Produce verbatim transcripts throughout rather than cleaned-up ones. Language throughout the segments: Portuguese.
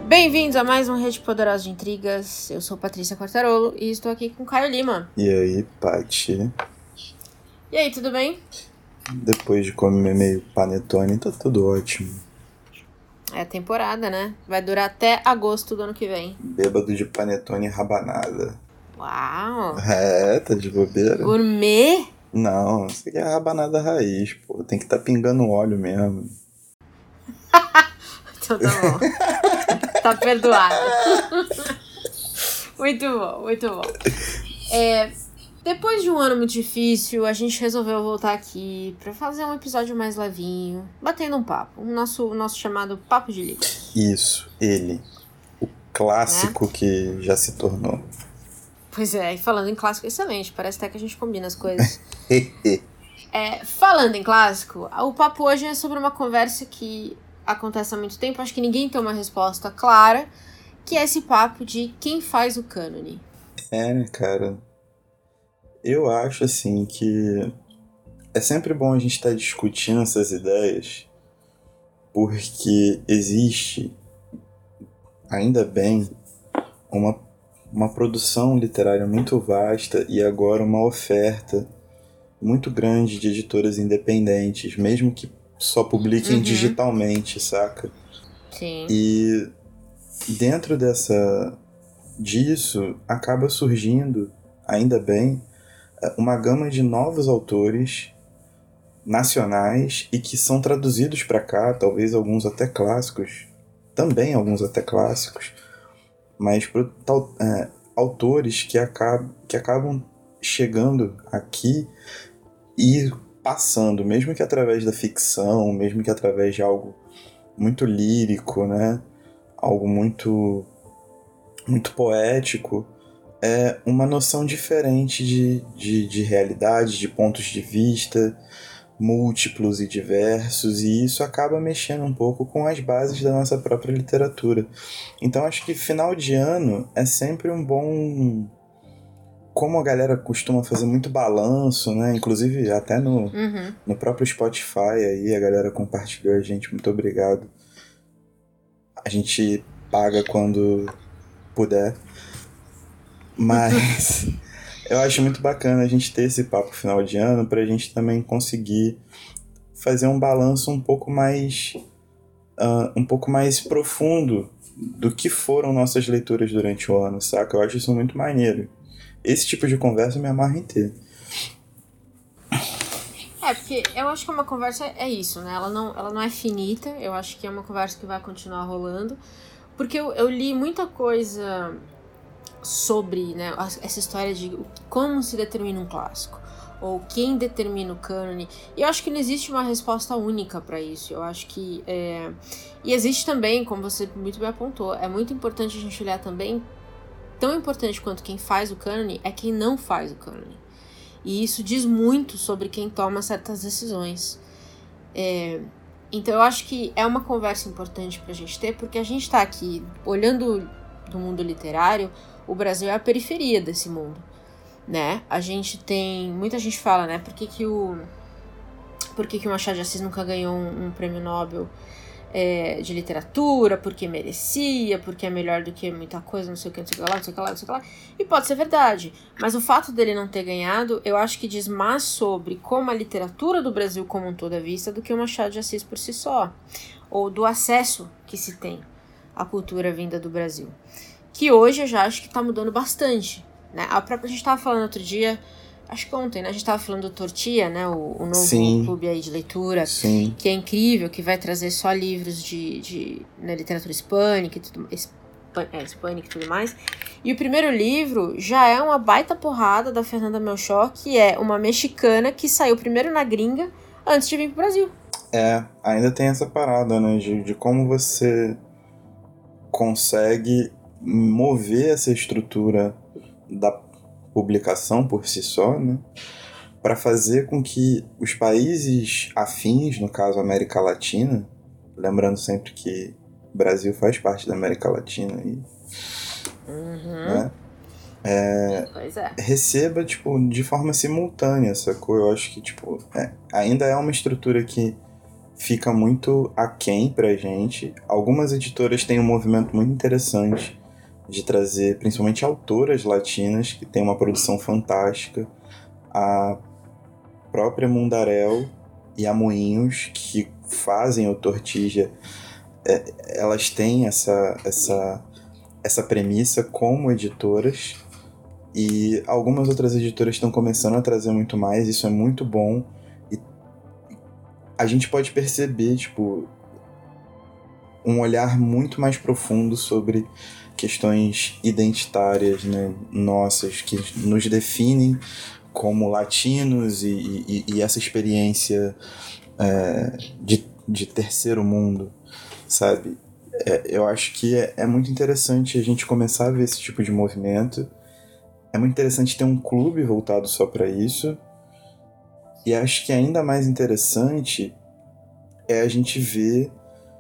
Bem-vindos a mais um Rede Poderosa de Intrigas. Eu sou Patrícia Quartarolo e estou aqui com Caio Lima. E aí, Paty? E aí, tudo bem? Depois de comer meio panetone, tá tudo ótimo. É a temporada, né? Vai durar até agosto do ano que vem. Bêbado de panetone rabanada. Uau! É, tá de bobeira? Gourmet? Não, isso aqui é rabanada raiz, pô. Tem que tá pingando óleo mesmo. Então tá bom. Tá perdoado. Muito bom, muito bom. É, depois de um ano muito difícil, a gente resolveu voltar aqui pra fazer um episódio mais levinho, batendo um papo. O nosso, nosso chamado Papo de Livros. Isso, ele. O clássico, né? Que já se tornou. Pois é, e falando em clássico, excelente. Parece até que a gente combina as coisas. é, falando em clássico, o papo hoje é sobre uma conversa que acontece há muito tempo. Acho que ninguém tem uma resposta clara, que é esse papo de quem faz o cânone. É, cara. Eu acho, assim, que é sempre bom a gente estar discutindo essas ideias, porque existe, ainda bem, uma, uma produção literária muito vasta e agora uma oferta muito grande de editoras independentes, mesmo que só publiquem uhum. digitalmente, saca? Sim. E dentro dessa, disso acaba surgindo, ainda bem, uma gama de novos autores nacionais e que são traduzidos para cá, talvez alguns até clássicos, também alguns até clássicos, mas pro, tal, é, autores que acabam, que acabam chegando aqui e passando, mesmo que através da ficção, mesmo que através de algo muito lírico, né? Algo muito, muito poético, é uma noção diferente de, de, de realidade, de pontos de vista múltiplos e diversos, e isso acaba mexendo um pouco com as bases da nossa própria literatura. Então acho que final de ano é sempre um bom... Como a galera costuma fazer muito balanço, né? Inclusive até no, uhum. no próprio Spotify aí a galera compartilhou a gente, muito obrigado. A gente paga quando puder. Mas eu acho muito bacana a gente ter esse papo final de ano pra gente também conseguir fazer um balanço um pouco mais uh, um pouco mais profundo do que foram nossas leituras durante o ano, saca? Eu acho isso muito maneiro. Esse tipo de conversa me amarra em ter. É, porque eu acho que uma conversa é isso, né? Ela não, ela não é finita, eu acho que é uma conversa que vai continuar rolando, porque eu, eu li muita coisa sobre, né, essa história de como se determina um clássico, ou quem determina o cânone, e eu acho que não existe uma resposta única para isso. Eu acho que é... e existe também, como você muito bem apontou, é muito importante a gente olhar também, tão importante quanto quem faz o cânone é quem não faz o cânone, e isso diz muito sobre quem toma certas decisões. É... então eu acho que é uma conversa importante pra gente ter, porque a gente tá aqui olhando do mundo literário. O Brasil é a periferia desse mundo, né? A gente tem... Muita gente fala, né? Por que que o... Por que que o Machado de Assis nunca ganhou um, um prêmio Nobel é, de literatura? Porque merecia, porque é melhor do que muita coisa, não sei o que, não sei o que lá, não sei o que lá, não sei o que lá. E pode ser verdade. Mas o fato dele não ter ganhado, eu acho que diz mais sobre como a literatura do Brasil como um todo é vista do que o Machado de Assis por si só. Ou do acesso que se tem à cultura vinda do Brasil. Que hoje eu já acho que tá mudando bastante, né? A própria, a gente tava falando outro dia, acho que ontem, né? A gente tava falando do Tortia, né? O, o novo Sim. clube aí de leitura, Sim. Que é incrível, que vai trazer só livros de, de né, literatura hispânica e tudo, é, hispânica e tudo mais. E o primeiro livro já é uma baita porrada da Fernanda Melchor, que é uma mexicana que saiu primeiro na gringa antes de vir pro Brasil. É, ainda tem essa parada, né? De, de como você consegue mover essa estrutura da publicação por si só, né, para fazer com que os países afins, no caso América Latina, lembrando sempre que o Brasil faz parte da América Latina e, uhum. né, é, pois é. receba tipo, de forma simultânea, sacou? Eu acho que tipo, é, ainda é uma estrutura que fica muito aquém pra gente. Algumas editoras têm um movimento muito interessante de trazer, principalmente autoras latinas, que tem uma produção fantástica. A própria Mundarel e a Moinhos, que fazem o Tortija, é, elas têm essa, essa, essa premissa como editoras, e algumas outras editoras estão começando a trazer muito mais. Isso é muito bom, e a gente pode perceber, tipo, um olhar muito mais profundo sobre questões identitárias, né, nossas, que nos definem como latinos, e, e, e essa experiência é, de, de terceiro mundo, sabe? É, eu acho que é, é muito interessante a gente começar a ver esse tipo de movimento. É muito interessante ter um clube voltado só para isso. E acho que ainda mais interessante é a gente ver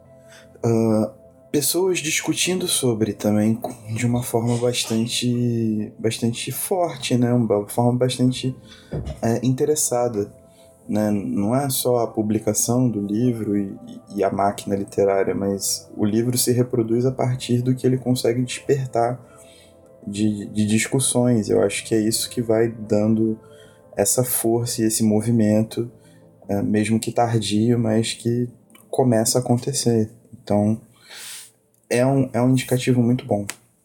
uh, pessoas discutindo sobre também de uma forma bastante, bastante forte, né? Uma forma bastante é, interessada, né? Não é só a publicação do livro e, e a máquina literária, mas o livro se reproduz a partir do que ele consegue despertar de, de discussões. Eu acho que é isso que vai dando essa força e esse movimento, é, mesmo que tardio, mas que começa a acontecer. Então, é um, é um indicativo muito bom.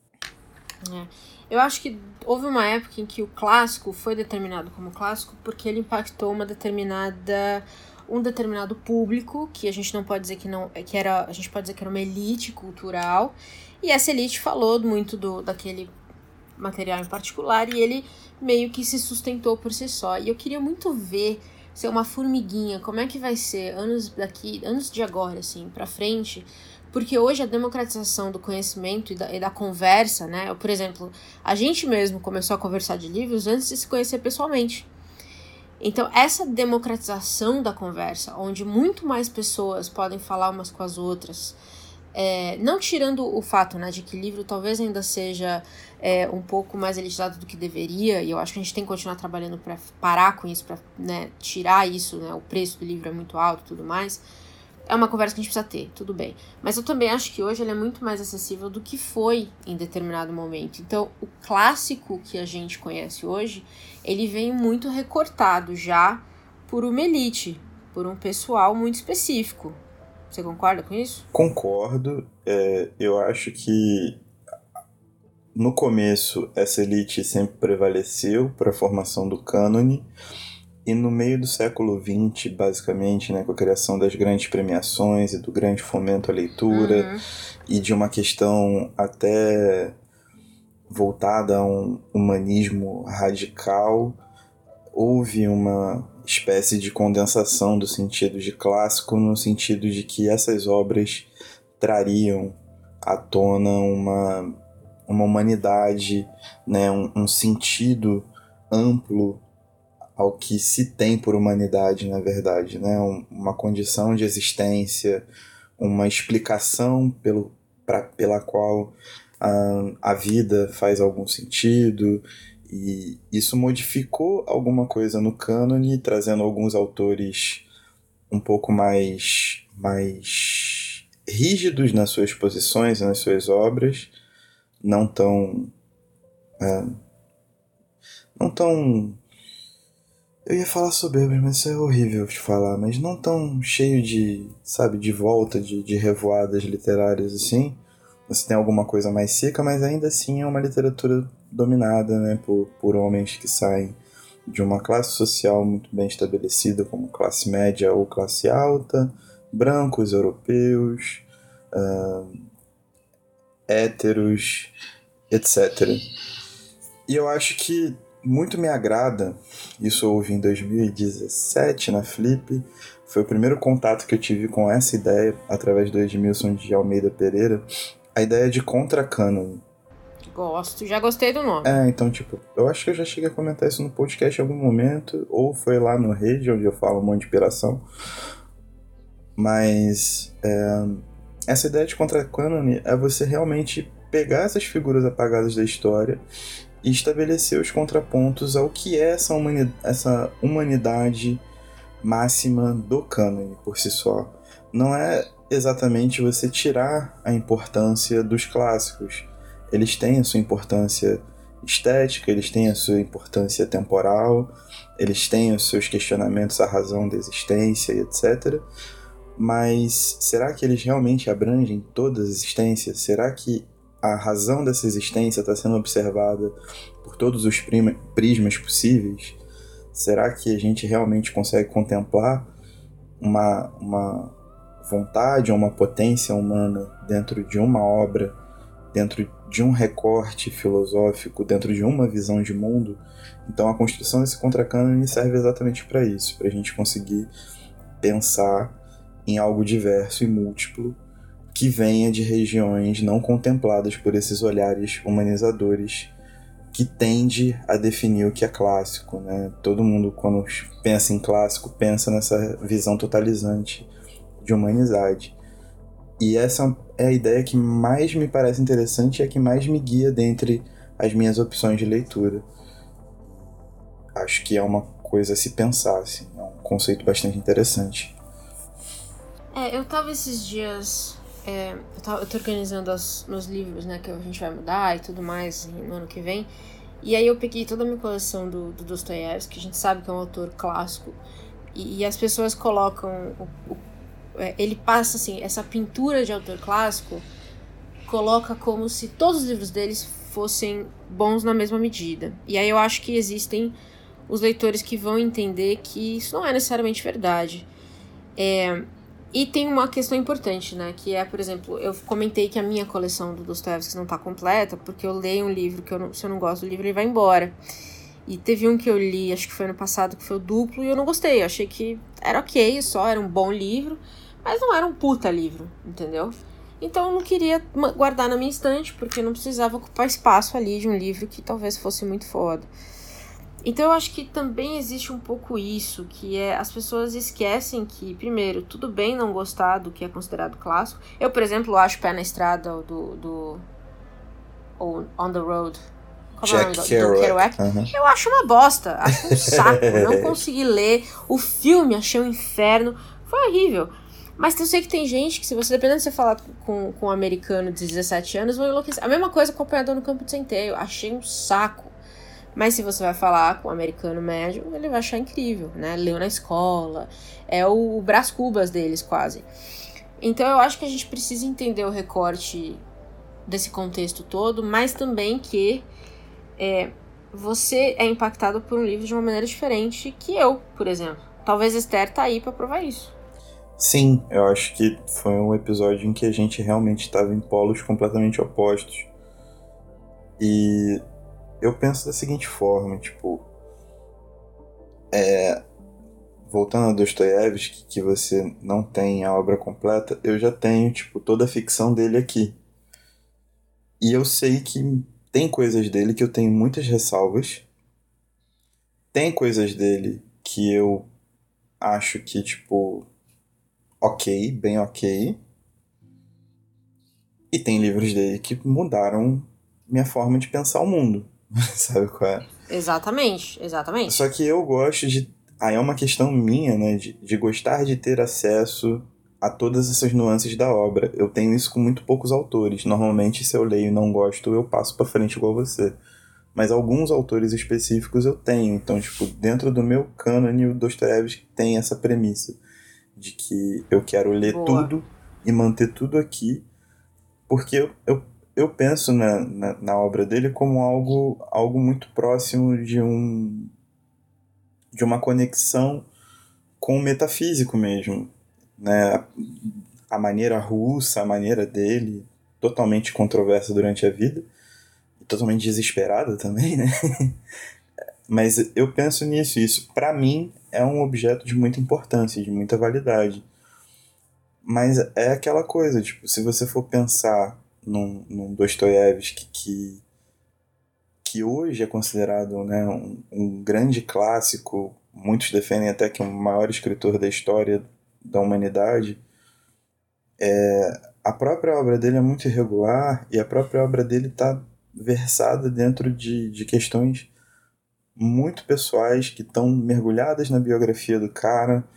É. Eu acho que houve uma época em que o clássico foi determinado como clássico porque ele impactou uma determinada, um determinado público, que a gente não pode dizer que não, que era, a gente pode dizer que era uma elite cultural, e essa elite falou muito do, daquele material em particular, e ele meio que se sustentou por si só. E eu queria muito ver ser uma formiguinha, como é que vai ser anos daqui, anos de agora, assim, pra frente, porque hoje a democratização do conhecimento e da, e da conversa, né, por exemplo, a gente mesmo começou a conversar de livros antes de se conhecer pessoalmente. Então, essa democratização da conversa, onde muito mais pessoas podem falar umas com as outras, é, não tirando o fato, né, de que livro talvez ainda seja é, um pouco mais elitizado do que deveria, e eu acho que a gente tem que continuar trabalhando para parar com isso, para, né, tirar isso, né, o preço do livro é muito alto e tudo mais. É uma conversa que a gente precisa ter, tudo bem. Mas eu também acho que hoje ele é muito mais acessível do que foi em determinado momento. Então, o clássico que a gente conhece hoje, ele vem muito recortado já por uma elite, por um pessoal muito específico. Você concorda com isso? Concordo. É, eu acho que no começo essa elite sempre prevaleceu para a formação do cânone, e no meio do século vinte, basicamente, né, com a criação das grandes premiações e do grande fomento à leitura, uhum. e de uma questão até voltada a um humanismo radical, houve uma espécie de condensação do sentido de clássico, no sentido de que essas obras trariam à tona uma, uma humanidade, né, um, um sentido amplo ao que se tem por humanidade, na verdade, né, um, uma condição de existência, uma explicação pelo, pra, pela qual a, a vida faz algum sentido. E isso modificou alguma coisa no cânone, trazendo alguns autores um pouco mais, mais rígidos nas suas posições, nas suas obras, não tão... É, não tão... Eu ia falar soberbo, mas isso é horrível de falar, mas não tão cheio de, sabe, de volta, de, de revoadas literárias assim. Você tem alguma coisa mais seca, mas ainda assim é uma literatura dominada, né, por, por homens que saem de uma classe social muito bem estabelecida, como classe média ou classe alta, brancos, europeus, uh, héteros, etcétera. E eu acho que muito me agrada, isso eu ouvi em dois mil e dezessete na Flip, foi o primeiro contato que eu tive com essa ideia, através do Edmilson de Almeida Pereira, a ideia de contra-cânone. Gosto, já gostei do nome. É, então, tipo, eu acho que eu já cheguei a comentar isso no podcast em algum momento, ou foi lá no Rede, onde eu falo um monte de inspiração. Mas é, essa ideia de contra-cânone é você realmente pegar essas figuras apagadas da história e estabelecer os contrapontos ao que é essa humanidade, essa humanidade máxima do cânone por si só. não é exatamente você tirar a importância dos clássicos. Eles têm a sua importância estética, eles têm a sua importância temporal, eles têm os seus questionamentos à razão da existência e etcétera. Mas será que eles realmente abrangem toda a existência? Será que a razão dessa existência está sendo observada por todos os prismas possíveis? Será que a gente realmente consegue contemplar uma, uma vontade ou uma potência humana dentro de uma obra, dentro de um recorte filosófico, dentro de uma visão de mundo? Então a construção desse contracânone serve exatamente para isso, para a gente conseguir pensar em algo diverso e múltiplo que venha de regiões não contempladas por esses olhares humanizadores que tende a definir o que é clássico, né? Todo mundo, quando pensa em clássico, pensa nessa visão totalizante de humanidade. E essa é a ideia que mais me parece interessante e é a que mais me guia dentre as minhas opções de leitura. Acho que é uma coisa a se pensar, assim, é um conceito bastante interessante. É, eu tava esses dias... É, eu, tava, eu tô organizando as, meus livros, né, que a gente vai mudar e tudo mais no ano que vem. E aí eu peguei toda a minha coleção do, do Dostoiévski, que a gente sabe que é um autor clássico. E, e as pessoas colocam... O, o, é, ele passa, assim, essa pintura de autor clássico, coloca como se todos os livros deles fossem bons na mesma medida. E aí eu acho que existem os leitores que vão entender que isso não é necessariamente verdade. É... E tem uma questão importante, né, que é, por exemplo, eu comentei que a minha coleção do Dostoiévski não tá completa, porque eu leio um livro que eu não, se eu não gosto do livro, ele vai embora. E teve um que eu li, acho que foi ano passado, que foi o Duplo, e eu não gostei. Eu achei que era ok, só era um bom livro, mas não era um puta livro, entendeu? Então eu não queria guardar na minha estante, porque eu não precisava ocupar espaço ali de um livro que talvez fosse muito foda. Então eu acho que também existe um pouco isso, que é as pessoas esquecem que, primeiro, tudo bem não gostar do que é considerado clássico. Eu, por exemplo, acho Pé na Estrada do... do ou On the Road, como Jack é o nome do, do Kerouac, uhum. Eu acho uma bosta, acho um saco, não consegui ler. O filme, achei um inferno, foi horrível. Mas eu sei que tem gente que, se você, dependendo de você falar com, com um americano de dezessete anos, vão enlouquecer. A mesma coisa com o Apanhador no Campo de Centeio, achei um saco. Mas se você vai falar com um americano médio, ele vai achar incrível, né? Leu na escola, é o Brás Cubas deles, quase. Então eu acho que a gente precisa entender o recorte desse contexto todo, mas também que é, você é impactado por um livro de uma maneira diferente que eu, por exemplo. Talvez Esther tá aí pra provar isso. Sim, eu acho que foi um episódio em que a gente realmente estava em polos completamente opostos. E eu penso da seguinte forma, tipo... É, voltando a Dostoiévski, que você não tem a obra completa, eu já tenho, tipo, toda a ficção dele aqui. E eu sei que tem coisas dele que eu tenho muitas ressalvas. Tem coisas dele que eu acho que, tipo... ok, bem ok. E tem livros dele que mudaram minha forma de pensar o mundo. Sabe qual é? Exatamente, exatamente. Só que eu gosto de... Aí é uma questão minha, né? De, de gostar de ter acesso a todas essas nuances da obra. Eu tenho isso com muito poucos autores. Normalmente, se eu leio e não gosto, eu passo pra frente igual você. Mas alguns autores específicos eu tenho. Então, tipo, dentro do meu cânone, o Dostoiévski tem essa premissa de que eu quero ler Boa. tudo e manter tudo aqui, porque eu, eu, eu penso na, na, na obra dele como algo, algo muito próximo de um de uma conexão com o metafísico mesmo, né? A, a maneira russa, a maneira dele, totalmente controversa durante a vida, e totalmente desesperada também, né? Mas eu penso nisso, e isso pra mim é um objeto de muita importância, de muita validade. Mas é aquela coisa, tipo, se você for pensar num, num Dostoiévski que, que hoje é considerado, né, um, um grande clássico, muitos defendem até que é o maior escritor da história da humanidade, é, a própria obra dele é muito irregular e a própria obra dele está versada dentro de, de questões muito pessoais que estão mergulhadas na biografia do cara,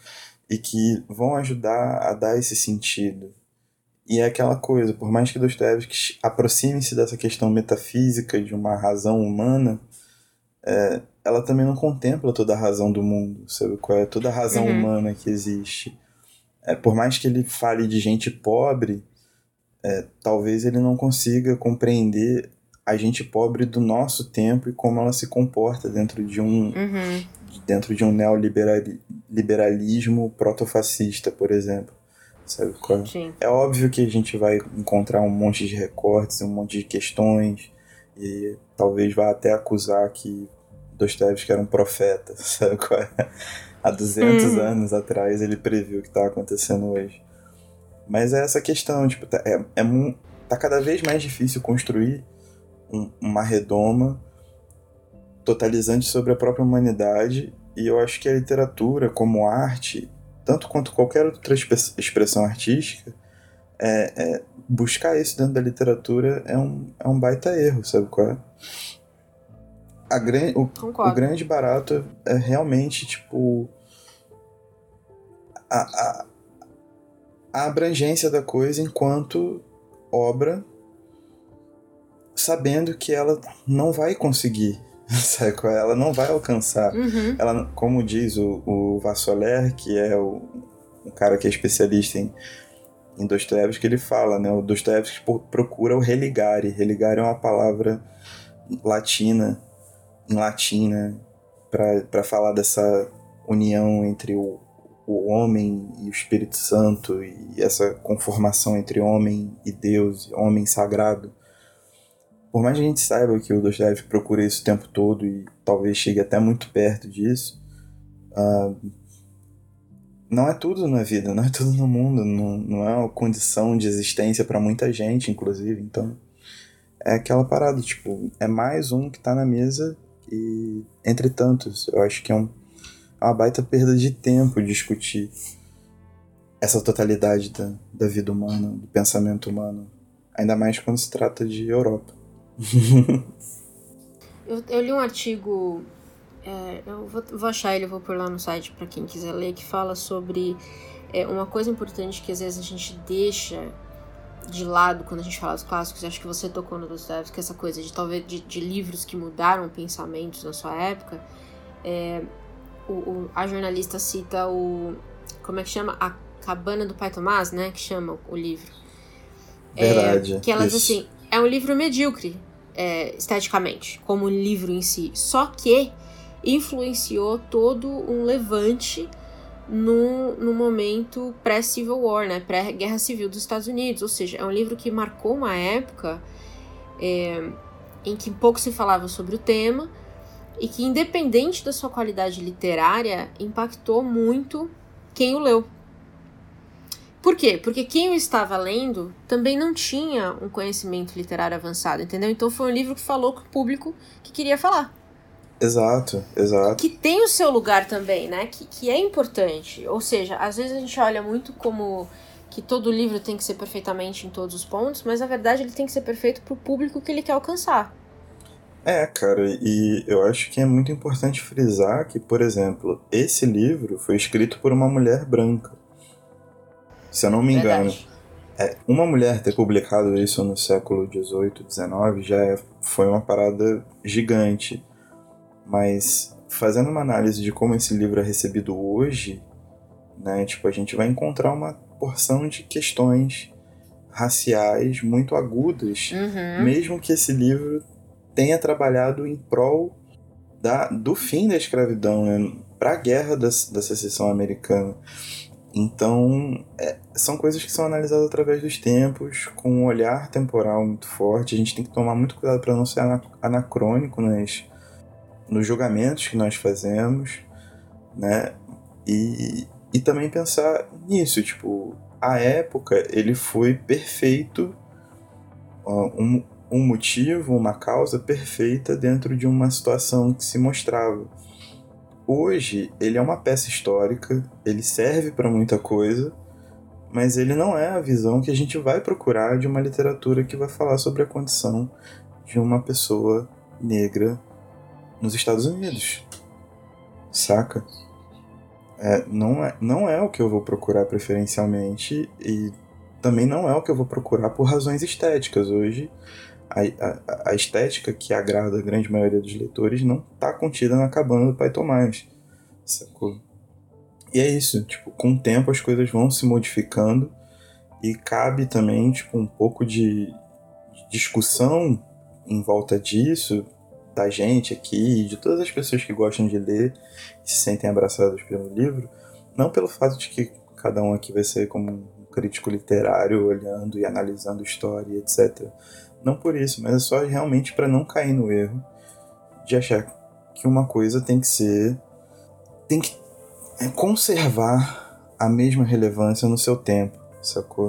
e que vão ajudar a dar esse sentido. E é aquela coisa, por mais que Dostoiévski aproxime-se dessa questão metafísica de uma razão humana, é, ela também não contempla toda a razão do mundo, sabe qual é? Toda a razão Uhum. humana que existe. É, por mais que ele fale de gente pobre, é, talvez ele não consiga compreender a gente pobre do nosso tempo e como ela se comporta dentro de um, Uhum. dentro de um neoliberalismo protofascista, por exemplo. Sabe qual é? Sim. É óbvio que a gente vai encontrar um monte de recortes, um monte de questões, e talvez vá até acusar que Dostoiévski era um profeta, sabe qual é? Há duzentos Uhum. anos atrás ele previu o que está acontecendo hoje. Mas é essa questão, tipo, tá, é, é, tá cada vez mais difícil construir um, uma redoma totalizante sobre a própria humanidade, e eu acho que a literatura, como arte, tanto quanto qualquer outra expressão artística, é, é, buscar isso dentro da literatura é um, é um baita erro, sabe qual é? A gran, o, o grande barato é realmente, tipo, a, a, a abrangência da coisa enquanto obra, sabendo que ela não vai conseguir, sabe qual é? Ela não vai alcançar. Uhum. Ela, como diz o, o Vassoler, que é o, um cara que é especialista em, em Dostoiévski, ele fala, né? O Dostoiévski procura o religare. Religare é uma palavra latina, em latim, né? Para falar dessa união entre o, o homem e o Espírito Santo, e essa conformação entre homem e Deus, homem sagrado. Por mais que a gente saiba que o Dostoiévski procura isso o tempo todo e talvez chegue até muito perto disso, uh, não é tudo na vida, não é tudo no mundo, não, não é uma condição de existência para muita gente, inclusive. Então, é aquela parada, tipo, é mais um que tá na mesa e entre tantos. Eu acho que é, um, é uma baita perda de tempo discutir essa totalidade da, da vida humana, do pensamento humano. Ainda mais quando se trata de Europa. eu, eu li um artigo, é, eu vou, vou achar ele, vou pôr lá no site para quem quiser ler, que fala sobre é, uma coisa importante que às vezes a gente deixa de lado quando a gente fala dos clássicos. Acho que você tocou no Dostoiévski, essa coisa de talvez de, de livros que mudaram pensamentos na sua época. É, o, o, a jornalista cita o, como é que chama? A Cabana do Pai Tomás, né? Que chama o livro. Verdade. É, que elas, isso. assim, é um livro medíocre, é, esteticamente, como livro em si. Só que influenciou todo um levante no, no momento pré-Civil War, né? Pré-Guerra Civil dos Estados Unidos. Ou seja, é um livro que marcou uma época é, em que pouco se falava sobre o tema e que, independente da sua qualidade literária, impactou muito quem o leu. Por quê? Porque quem o estava lendo também não tinha um conhecimento literário avançado, entendeu? Então foi um livro que falou com o público que queria falar. Exato, exato. Que tem o seu lugar também, né? Que, que é importante. Ou seja, às vezes a gente olha muito como que todo livro tem que ser perfeitamente em todos os pontos, mas na verdade ele tem que ser perfeito pro público que ele quer alcançar. É, cara, e eu acho que é muito importante frisar que, por exemplo, esse livro foi escrito por uma mulher branca. Se eu não me engano, é, uma mulher ter publicado isso no século dezoito, dezenove já é, foi uma parada gigante. Mas fazendo uma análise de como esse livro é recebido hoje, né, tipo, a gente vai encontrar uma porção de questões raciais muito agudas, uhum. mesmo que esse livro tenha trabalhado em prol da, do fim da escravidão, né, para a guerra da, da secessão americana. Então, é, são coisas que são analisadas através dos tempos, com um olhar temporal muito forte. A gente tem que tomar muito cuidado para não ser anacrônico nas, nos julgamentos que nós fazemos, né? E, e também pensar nisso, tipo, a época ele foi perfeito, um, um motivo, uma causa perfeita dentro de uma situação que se mostrava. Hoje, ele é uma peça histórica, ele serve para muita coisa, mas ele não é a visão que a gente vai procurar de uma literatura que vai falar sobre a condição de uma pessoa negra nos Estados Unidos. Saca? É, não, é, não é o que eu vou procurar preferencialmente e também não é o que eu vou procurar por razões estéticas. Hoje, a, a, a estética que agrada a grande maioria dos leitores não está contida na cabana do Pai Tomás, sacou? E é isso, tipo, com o tempo as coisas vão se modificando e cabe também, tipo, um pouco de, de discussão em volta disso, da gente aqui, de todas as pessoas que gostam de ler e se sentem abraçadas pelo livro, não pelo fato de que cada um aqui vai ser como um crítico literário olhando e analisando história, etcétera. Não por isso, mas é só realmente para não cair no erro de achar que uma coisa tem que ser... tem que conservar a mesma relevância no seu tempo, sacou?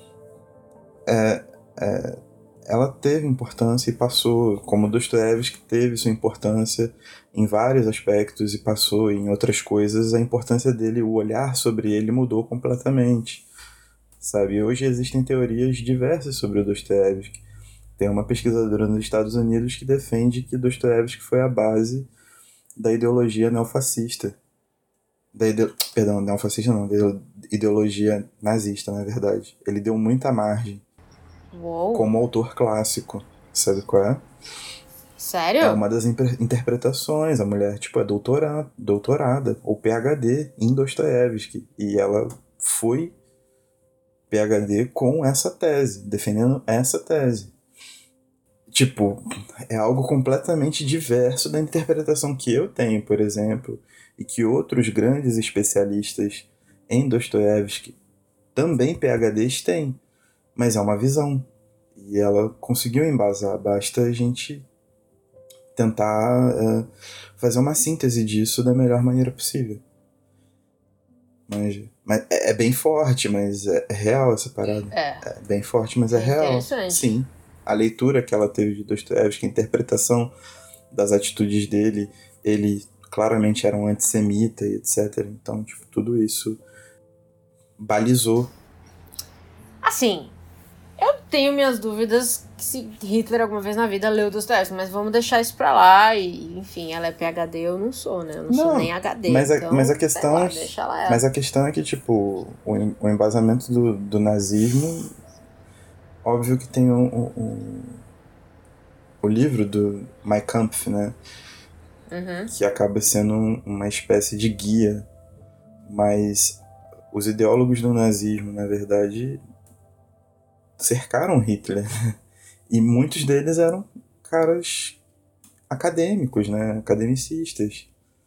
É... é ela teve importância e passou, como Dostoiévski teve sua importância em vários aspectos e passou em outras coisas, a importância dele, o olhar sobre ele mudou completamente, sabe? Hoje existem teorias diversas sobre o Dostoiévski. Tem uma pesquisadora nos Estados Unidos que defende que Dostoiévski foi a base da ideologia neofascista. Da ide... Perdão, neofascista não, da ideologia nazista, na verdade. Ele deu muita margem. Uou. Como autor clássico. Sabe qual é? Sério? É uma das interpretações. A mulher, tipo, é doutora, doutorada, ou P H D em Dostoiévski. E ela foi P H D com essa tese, defendendo essa tese. Tipo, é algo completamente diverso da interpretação que eu tenho, por exemplo, e que outros grandes especialistas em Dostoiévski, também P H Ds, têm. Mas é uma visão. E ela conseguiu embasar. Basta a gente tentar uh, fazer uma síntese disso da melhor maneira possível. Mas, mas é, é bem forte, mas é, é real essa parada. É. É bem forte, mas é, é real. Interessante. Sim. A leitura que ela teve de Dostoiévski, a interpretação das atitudes dele, ele claramente era um antissemita e etcétera. Então, tipo, tudo isso balizou. Assim, eu tenho minhas dúvidas se Hitler alguma vez na vida leu Dostoiévski, mas vamos deixar isso pra lá e, enfim, ela é P H D, eu não sou, né? Eu não, não sou nem H D, mas a, então, mas a questão lá, é, deixa lá ela. Mas a questão é que, tipo, o, o embasamento do, do nazismo, óbvio que tem um, um, o livro do Mein Kampf, né? Uhum. Que acaba sendo um, uma espécie de guia, mas os ideólogos do nazismo, na verdade, cercaram Hitler. E muitos deles eram caras acadêmicos, né? Academicistas.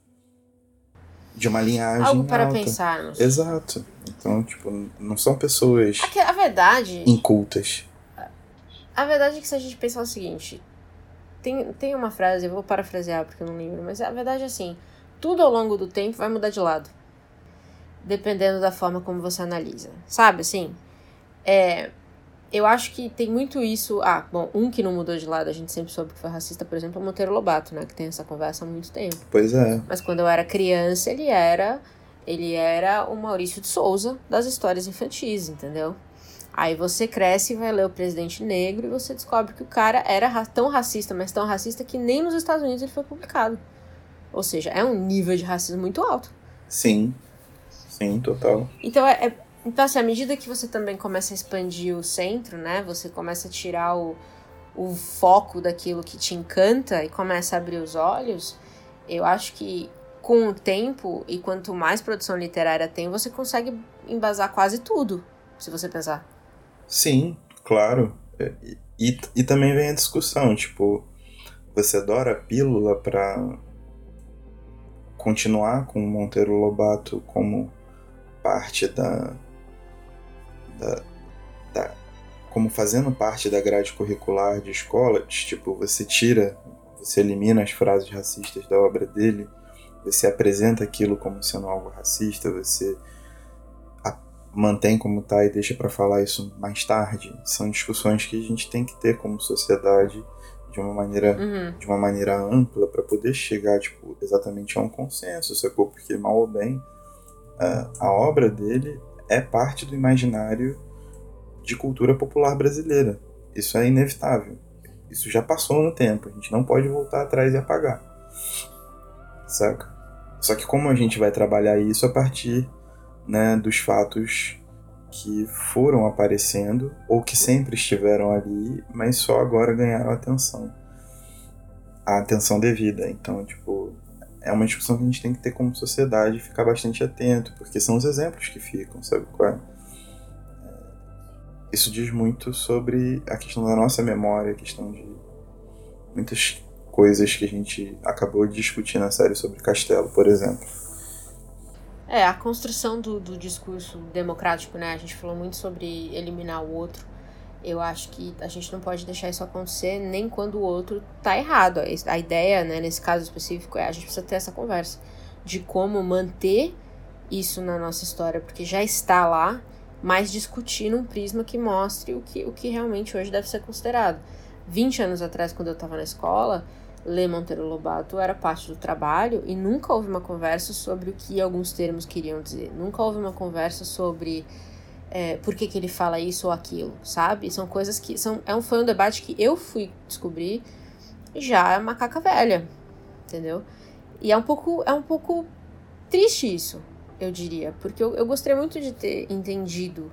De uma linhagem Algo para alta. pensarmos. Exato. Então, tipo, não são pessoas Aqui, a verdade... incultas. A verdade é que se a gente pensar o seguinte... Tem, tem uma frase, eu vou parafrasear porque eu não lembro, mas a verdade é assim... Tudo ao longo do tempo vai mudar de lado. Dependendo da forma como você analisa. Sabe, assim? É... Eu acho que tem muito isso... Ah, bom, um que não mudou de lado, a gente sempre soube que foi racista, por exemplo, é o Monteiro Lobato, né? Que tem essa conversa há muito tempo. Pois é. Mas quando eu era criança, ele era... Ele era o Maurício de Souza das histórias infantis, entendeu? Aí você cresce e vai ler O Presidente Negro e você descobre que o cara era ra- tão racista, mas tão racista que nem nos Estados Unidos ele foi publicado. Ou seja, é um nível de racismo muito alto. Sim. Sim, total. Então, é, é, então assim, à medida que você também começa a expandir o centro, né? Você começa a tirar o, o foco daquilo que te encanta e começa a abrir os olhos, eu acho que com o tempo e quanto mais produção literária tem, você consegue embasar quase tudo, se você pensar. Sim, claro. E, e, e também vem a discussão, tipo, você adora a pílula pra continuar com o Monteiro Lobato como parte da, da, da como fazendo parte da grade curricular de escolas, tipo, você tira, você elimina as frases racistas da obra dele, você apresenta aquilo como sendo algo racista, você a, mantém como tá e deixa para falar isso mais tarde. São discussões que a gente tem que ter como sociedade de uma maneira, Uhum. de uma maneira ampla para poder chegar, tipo, exatamente a um consenso, sacou? Porque, mal ou bem, a, a obra dele é parte do imaginário de cultura popular brasileira. Isso é inevitável. Isso já passou no tempo. A gente não pode voltar atrás e apagar. Saca? Só que como a gente vai trabalhar isso a partir, né, dos fatos que foram aparecendo ou que sempre estiveram ali, mas só agora ganharam atenção. A atenção devida. Então, tipo, é uma discussão que a gente tem que ter como sociedade e ficar bastante atento, porque são os exemplos que ficam, sabe qual é? Isso diz muito sobre a questão da nossa memória, a questão de muitas coisas que a gente acabou de discutir na série sobre Castelo, por exemplo. É, a construção do, do discurso democrático, né? A gente falou muito sobre eliminar o outro. Eu acho que a gente não pode deixar isso acontecer nem quando o outro tá errado. A ideia, né, nesse caso específico, é a gente precisa ter essa conversa de como manter isso na nossa história, porque já está lá, mas discutir num prisma que mostre o que, o que realmente hoje deve ser considerado. vinte anos atrás, quando eu estava na escola, ler Monteiro Lobato era parte do trabalho e nunca houve uma conversa sobre o que alguns termos queriam dizer. Nunca houve uma conversa sobre é, por que, que ele fala isso ou aquilo, sabe? São coisas que... São, é um, foi um debate que eu fui descobrir já macaca velha, entendeu? E é um pouco, é um pouco triste isso, eu diria, porque eu, eu gostaria muito de ter entendido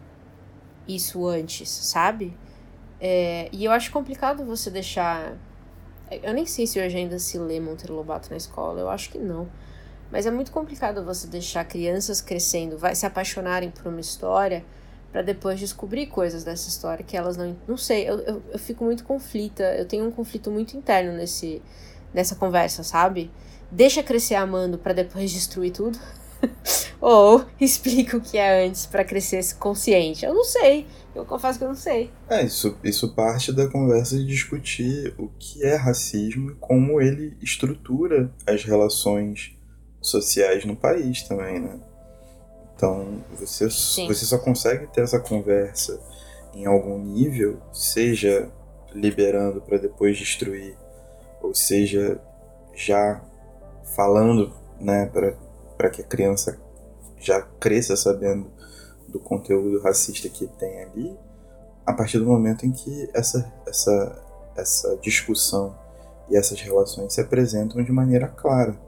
isso antes, sabe? É, e eu acho complicado você deixar... Eu nem sei se hoje ainda se lê Monteiro Lobato na escola, eu acho que não. Mas é muito complicado você deixar crianças crescendo, vai se apaixonarem por uma história para depois descobrir coisas dessa história que elas não... Não sei, eu, eu, eu fico muito conflita, eu tenho um conflito muito interno nesse, nessa conversa, sabe? Deixa crescer amando para depois destruir tudo. Ou explica o que é antes para crescer consciente. Eu não sei, eu confesso que eu não sei. É, isso, isso parte da conversa de discutir o que é racismo e como ele estrutura as relações sociais no país também, né? Então, você, você só consegue ter essa conversa em algum nível, seja liberando para depois destruir, ou seja, já falando, né, para que a criança já cresça sabendo do conteúdo racista que tem ali, a partir do momento em que essa, essa, essa discussão e essas relações se apresentam de maneira clara.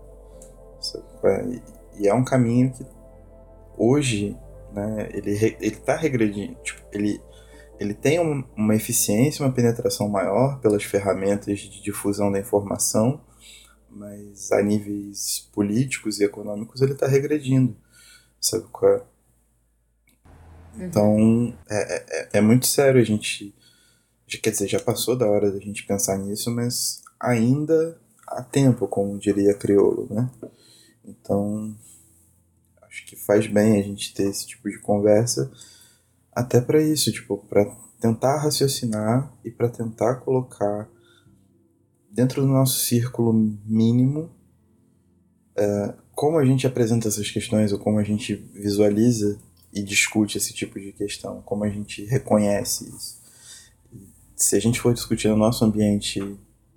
E é um caminho que hoje, né, ele está regredindo. Tipo, ele, ele tem um, uma eficiência, uma penetração maior pelas ferramentas de difusão da informação, mas a níveis políticos e econômicos ele está regredindo. Sabe qual é? Então, é, é, é muito sério a gente... Quer dizer, já passou da hora da gente pensar nisso, mas ainda há tempo, como diria Criolo, né? Então, acho que faz bem a gente ter esse tipo de conversa, até para isso, tipo, para tentar raciocinar e para tentar colocar dentro do nosso círculo mínimo é, como a gente apresenta essas questões ou como a gente visualiza e discute esse tipo de questão, como a gente reconhece isso. E se a gente for discutir no nosso ambiente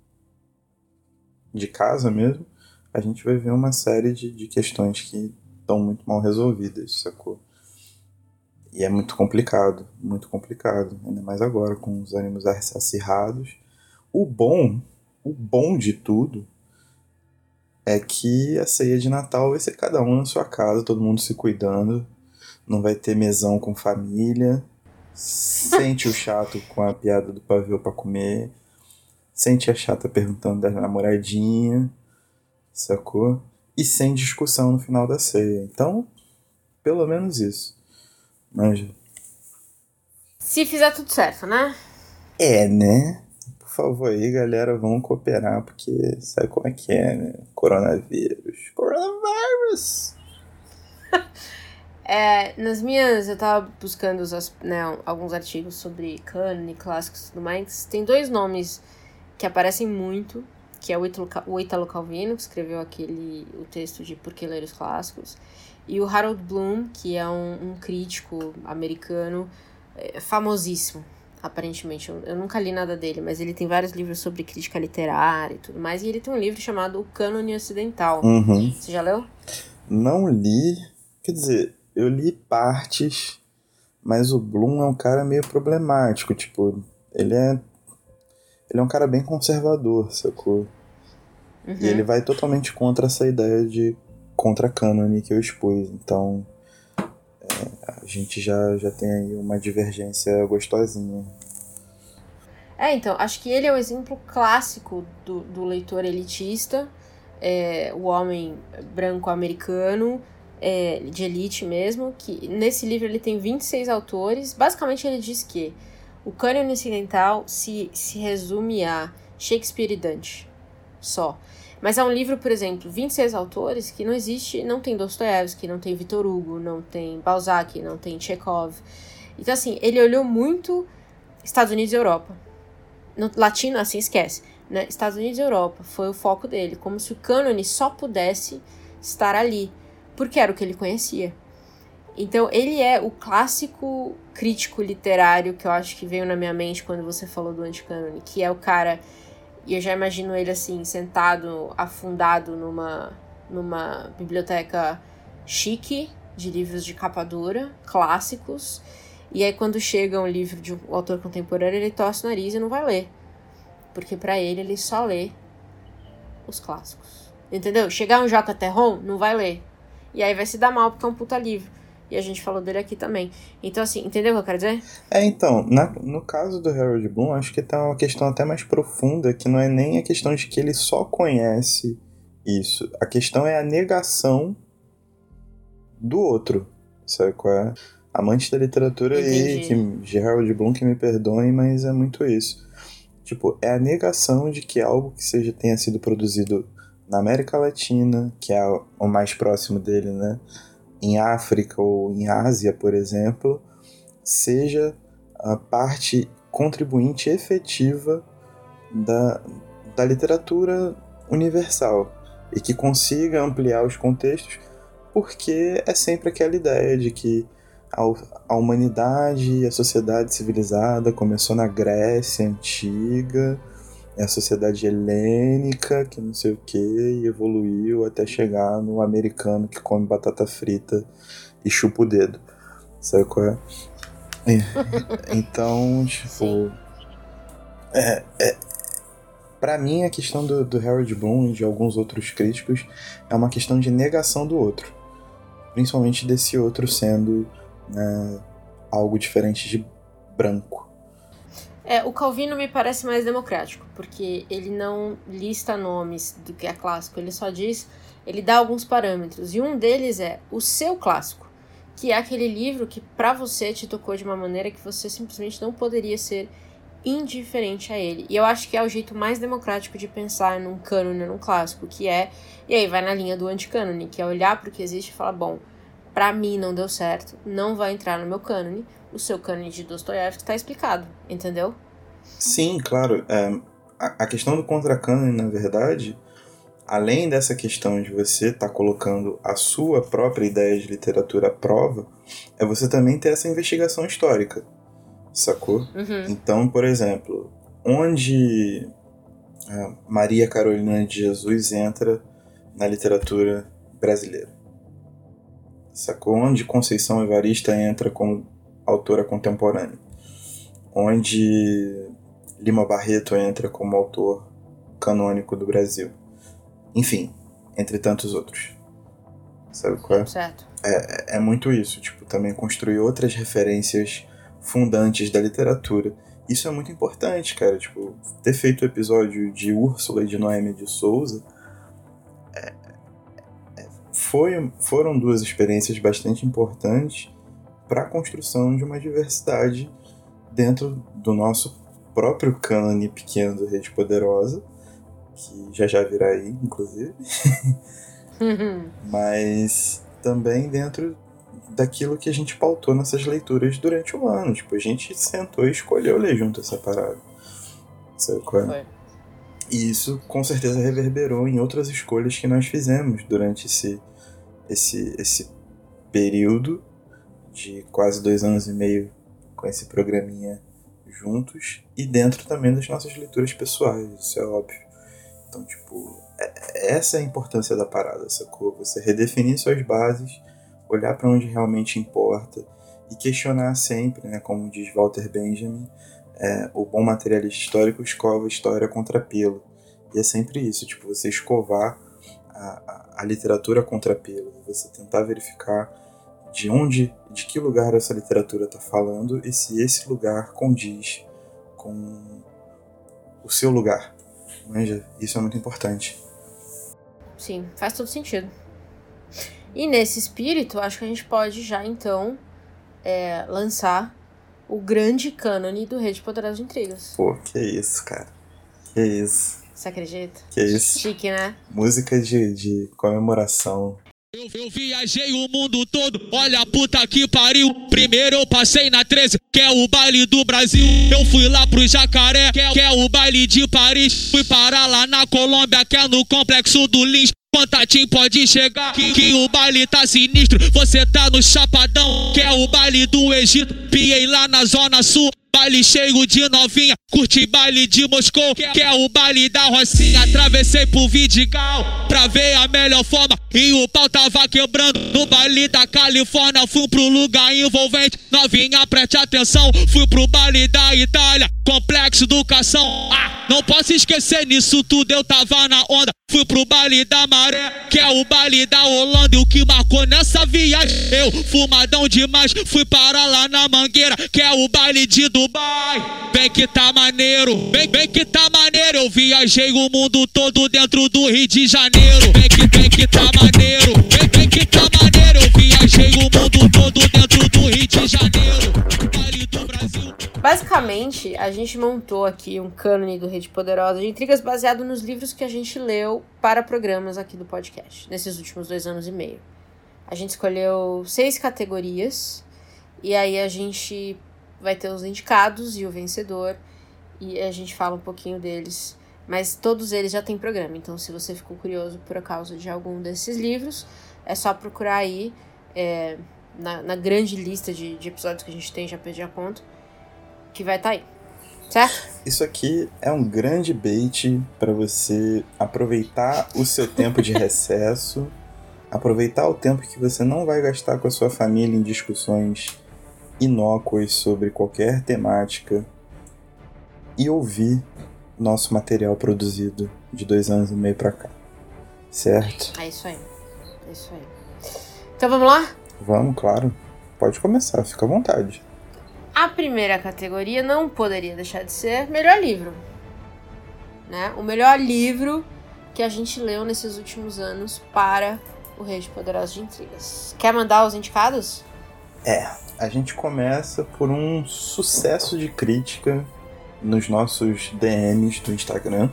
de casa mesmo, a gente vai ver uma série de, de questões que estão muito mal resolvidas, sacou? E é muito complicado, muito complicado, ainda mais agora, com os ânimos acirrados. O bom, o bom de tudo é que a ceia de Natal vai ser cada um na sua casa, todo mundo se cuidando, não vai ter mesão com família, sente o chato com a piada do pavê pra comer, sente a chata perguntando da namoradinha, sacou? E sem discussão no final da ceia. Então, pelo menos isso. Manja. Se fizer tudo certo, né? É, né? Por favor aí, galera, vamos cooperar, porque sabe como é que é, né? Coronavírus. Coronavírus! É, nas minhas, eu tava buscando os, né, alguns artigos sobre cânone, clássicos e tudo mais. Tem dois nomes que aparecem muito, que é o Italo, o Italo Calvino, que escreveu aquele, o texto de Por que Ler os Clássicos, e o Harold Bloom, que é um, um crítico americano é, famosíssimo, aparentemente. Eu, eu nunca li nada dele, mas ele tem vários livros sobre crítica literária e tudo mais, e ele tem um livro chamado O Cânone Ocidental. Uhum. Você já leu? Não li, quer dizer, eu li partes, mas o Bloom é um cara meio problemático, tipo, ele é ele é um cara bem conservador, sacou? Uhum. E ele vai totalmente contra essa ideia de contra-cânone que eu expus. Então, é, a gente já, já tem aí uma divergência gostosinha. É, então, acho que ele é o exemplo clássico do, do leitor elitista, é, o homem branco americano, é, de elite mesmo, que nesse livro ele tem vinte e seis autores. Basicamente ele diz que o cânone ocidental se, se resume a Shakespeare e Dante, só. Mas é um livro, por exemplo, vinte e seis autores que não existe, não tem Dostoiévski, não tem Victor Hugo, não tem Balzac, não tem Chekhov. Então, assim, ele olhou muito Estados Unidos e Europa. No latino, assim, esquece, né? Estados Unidos e Europa foi o foco dele, como se o cânone só pudesse estar ali, porque era o que ele conhecia. Então, ele é o clássico crítico literário que eu acho que veio na minha mente quando você falou do anticânone, que é o cara, e eu já imagino ele assim, sentado, afundado numa, numa biblioteca chique, de livros de capa dura, clássicos. E aí, quando chega um livro de um autor contemporâneo, ele torce o nariz e não vai ler. Porque pra ele, ele só lê os clássicos. Entendeu? Chegar um Joca Terron, não vai ler. E aí vai se dar mal, porque é um puta livro. E a gente falou dele aqui também. Então, assim, entendeu o que eu quero dizer? É, então, na, no caso do Harold Bloom, acho que tem uma questão até mais profunda, que não é nem a questão de que ele só conhece isso. A questão é a negação do outro. Sabe qual é? Amante da literatura aí, que, de Harold Bloom, que me perdoem, mas é muito isso. Tipo, é a negação de que algo que seja tenha sido produzido na América Latina, que é o mais próximo dele, né? Em África ou em Ásia, por exemplo, seja a parte contribuinte efetiva da, da literatura universal e que consiga ampliar os contextos, porque é sempre aquela ideia de que a humanidade e a sociedade civilizada começou na Grécia Antiga, a sociedade helênica, que não sei o que, e evoluiu até chegar no americano que come batata frita e chupa o dedo. Sabe qual é? é. Então, tipo... É, é, pra mim, a questão do, do Harold Bloom e de alguns outros críticos é uma questão de negação do outro. Principalmente desse outro sendo... É, algo diferente de branco. É, o Calvino me parece mais democrático, porque ele não lista nomes do que é clássico, ele só diz, ele dá alguns parâmetros, e um deles é o seu clássico, que é aquele livro que pra você te tocou de uma maneira que você simplesmente não poderia ser indiferente a ele. E eu acho que é o jeito mais democrático de pensar num cânone, num clássico, que é, e aí vai na linha do anticânone, que é olhar pro que existe e falar, bom, pra mim não deu certo, não vai entrar no meu cânone, o seu cânone de Dostoiévski tá explicado, entendeu? Sim, claro. É, a, a questão do contra-cânone, na verdade, além dessa questão de você estar tá colocando a sua própria ideia de literatura à prova, é você também ter essa investigação histórica, sacou? Uhum. Então, por exemplo, onde a Maria Carolina de Jesus entra na literatura brasileira? Sacou? Onde Conceição Evarista entra como autora contemporânea? Onde Lima Barreto entra como autor canônico do Brasil? Enfim, entre tantos outros. Sabe qual é? Certo. É, é muito isso, tipo, também construir outras referências fundantes da literatura. Isso é muito importante, cara, tipo, ter feito o episódio de Úrsula e de Noêmia de Souza é, Foi, foram duas experiências bastante importantes para a construção de uma diversidade dentro do nosso próprio cânone pequeno do Rede Poderosa, que já já virá aí, inclusive, mas também dentro daquilo que a gente pautou nessas leituras durante o ano. Tipo, a gente sentou e escolheu ler junto essa parada. Sabe qual é? Foi. E isso com certeza reverberou em outras escolhas que nós fizemos durante esse, esse, esse período de quase dois anos e meio com esse programinha juntos, e dentro também das nossas leituras pessoais, isso é óbvio. Então, tipo, é, essa é a importância da parada, sacou? Você redefinir suas bases, olhar para onde realmente importa e questionar sempre, né? Como diz Walter Benjamin, é, o bom materialista histórico escova a história contra pelo. E é sempre isso, tipo, você escovar a, a literatura contrapelo, você tentar verificar de onde, de que lugar essa literatura está falando e se esse lugar condiz com o seu lugar. Manja? Isso é muito importante. Sim, faz todo sentido. E nesse espírito, acho que a gente pode já então é, lançar o grande cânone do Rede Poderosa de Intrigas. Pô, que isso, cara. Que isso. Você acredita? Que isso. Chique, né? Música de, de comemoração. Eu, eu viajei o mundo todo, olha a puta que pariu. Primeiro eu passei na treze, que é o baile do Brasil. Eu fui lá pro Jacaré, que é, que é o baile de Paris. Fui parar lá na Colômbia, que é no Complexo do Lins. Contatinho pode chegar, que, que o baile tá sinistro. Você tá no Chapadão, que é o baile do Egito. Piei lá na Zona Sul, baile cheio de novinha. Curti baile de Moscou, que é o baile da Rocinha. Atravessei pro Vidigal, pra ver a melhor forma. E o pau tava quebrando no baile da Califórnia. Fui pro lugar envolvente, novinha preste atenção. Fui pro baile da Itália, Complexo Educação. Ah, não posso esquecer nisso tudo, eu tava na onda. Fui pro baile da Maré, que é o baile da Holanda. E o que marcou nessa viagem, eu fumadão demais. Fui parar lá na Mangueira, que é o baile de Dubai. Bem que tá maneiro, bem, bem que tá maneiro. Eu viajei o mundo todo dentro do Rio de Janeiro. Bem que, bem que tá maneiro, bem, bem que tá maneiro. Eu viajei o mundo todo dentro do Rio de Janeiro. Baile do Brasil. Basicamente, a gente montou aqui um cânone do Rede Poderosa de Intrigas baseado nos livros que a gente leu para programas aqui do podcast, nesses últimos dois anos e meio. A gente escolheu seis categorias, e aí a gente vai ter os indicados e o vencedor, e a gente fala um pouquinho deles, mas todos eles já têm programa, então se você ficou curioso por causa de algum desses livros, é só procurar aí, é, na, na grande lista de, de episódios que a gente tem, já perdi a conta, que vai estar tá aí, certo? Isso aqui é um grande bait para você aproveitar o seu tempo de recesso, aproveitar o tempo que você não vai gastar com a sua família em discussões inócuas sobre qualquer temática e ouvir nosso material produzido de dois anos e meio para cá, certo? É isso aí, é isso aí. Então vamos lá? Vamos, claro. Pode começar, fica à vontade. A primeira categoria não poderia deixar de ser melhor livro, né? O melhor livro que a gente leu nesses últimos anos para o Rede Poderosa de Intrigas. Quer mandar os indicados? É, a gente começa por um sucesso de crítica nos nossos D Ms do Instagram.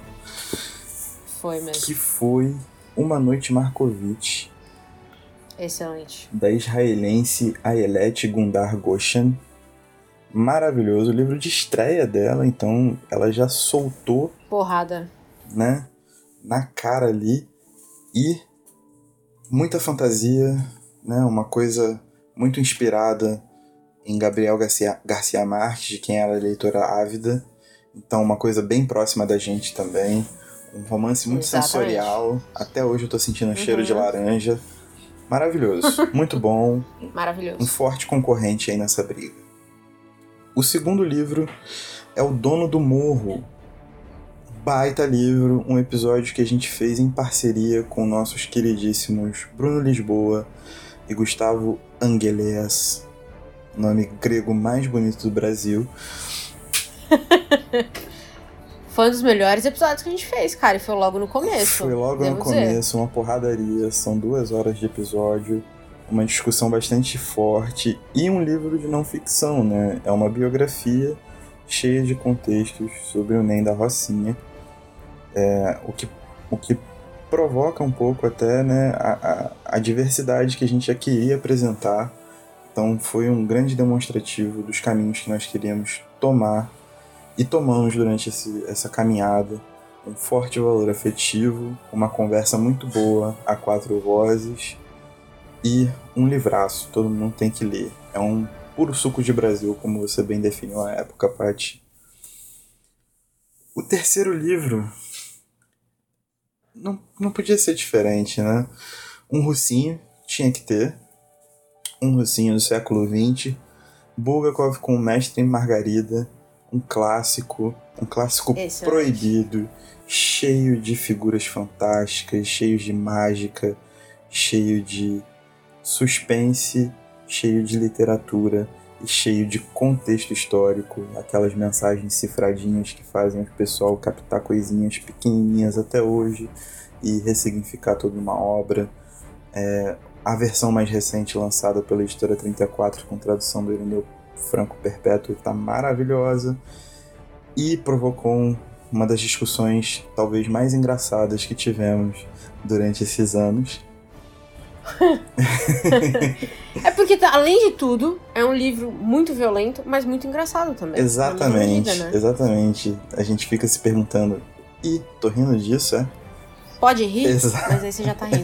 Foi mesmo. Que foi Uma Noite Markovitch. Excelente. Da israelense Ayelet Gundar Goshen. Maravilhoso, o livro de estreia dela, então ela já soltou porrada, né, na cara ali, e muita fantasia, né, uma coisa muito inspirada em Gabriel Garcia, Garcia Marques, de quem ela é leitora ávida, então uma coisa bem próxima da gente também, um romance muito Exatamente. Sensorial, até hoje eu tô sentindo um uhum. cheiro de laranja, maravilhoso, muito bom, maravilhoso, um forte concorrente aí nessa briga. O segundo livro é O Dono do Morro. Baita livro, um episódio que a gente fez em parceria com nossos queridíssimos Bruno Lisboa e Gustavo Angeléas, nome grego mais bonito do Brasil. Foi um dos melhores episódios que a gente fez, cara, e foi logo no começo. Foi logo no começo, dizer. Uma porradaria, são duas horas de episódio. Uma discussão bastante forte e um livro de não ficção, né? É uma biografia cheia de contextos sobre o Ném da Rocinha, é, o, que, o que provoca um pouco até, né, a, a, a diversidade que a gente já queria apresentar. Então foi um grande demonstrativo dos caminhos que nós queríamos tomar e tomamos durante esse, essa caminhada. Um forte valor afetivo, uma conversa muito boa a quatro vozes, e um livraço, todo mundo tem que ler. É um puro suco de Brasil, como você bem definiu à época, Paty. O terceiro livro não, não podia ser diferente, né? Um russinho, tinha que ter. Um russinho do século vinte. Bulgakov com o Mestre e Margarida. um clássico, um clássico Excelente. proibido, cheio de figuras fantásticas, cheio de mágica, cheio de suspense, cheio de literatura e cheio de contexto histórico, aquelas mensagens cifradinhas que fazem o pessoal captar coisinhas pequenininhas até hoje e ressignificar toda uma obra. É, a versão mais recente lançada pela Editora trinta e quatro com tradução do Irineu Franco Perpétuo está maravilhosa e provocou uma das discussões talvez mais engraçadas que tivemos durante esses anos. É porque, tá, além de tudo, é um livro muito violento, mas muito engraçado também. Exatamente, medida, né? exatamente. A gente fica se perguntando, ih, tô rindo disso, é? Pode rir, Exa- mas aí você já tá rindo.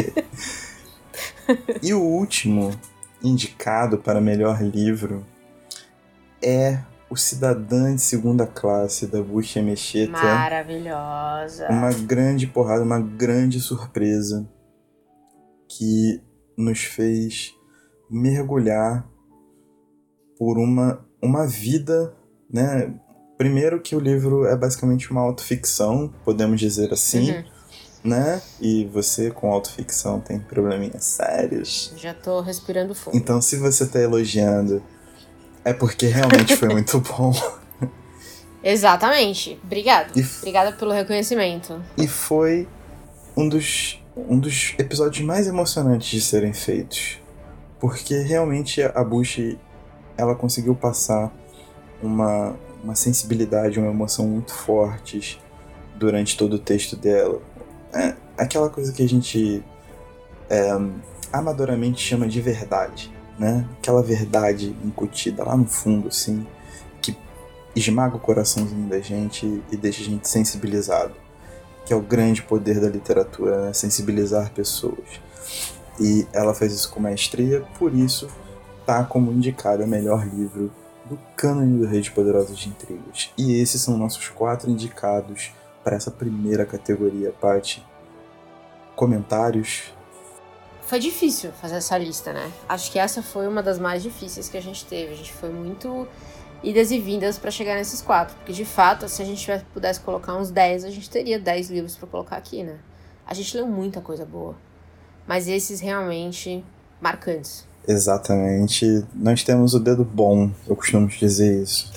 E o último indicado para melhor livro é O Cidadã de Segunda Classe, da Bushi Emecheta. Maravilhosa. Uma grande porrada, uma grande surpresa que nos fez mergulhar por uma, uma vida, né? Primeiro que o livro é basicamente uma autoficção, podemos dizer assim, Uhum. né? E você com autoficção tem probleminhas sérios. Já tô respirando fundo. Então se você tá elogiando, é porque realmente foi muito bom. Exatamente. Obrigado. E- Obrigada pelo reconhecimento. E foi um dos, um dos episódios mais emocionantes de serem feitos. Porque realmente a Bushi, ela conseguiu passar uma, uma sensibilidade, uma emoção muito fortes durante todo o texto dela. É aquela coisa que a gente é, amadoramente chama de verdade, né? Aquela verdade incutida lá no fundo, assim, que esmaga o coraçãozinho da gente e deixa a gente sensibilizado. Que é o grande poder da literatura, né? Sensibilizar pessoas. E ela fez isso com maestria, por isso tá como indicado o melhor livro do cânone do Rede Poderosa de Intrigas. E esses são nossos quatro indicados para essa primeira categoria, Paty. Comentários? Foi difícil fazer essa lista, né? Acho que essa foi uma das mais difíceis que a gente teve. A gente foi muito idas e vindas pra chegar nesses quatro. Porque, de fato, se a gente tivesse, pudesse colocar uns dez, a gente teria dez livros pra colocar aqui, né? A gente leu muita coisa boa. Mas esses realmente marcantes. Exatamente. Nós temos o dedo bom, eu costumo dizer isso.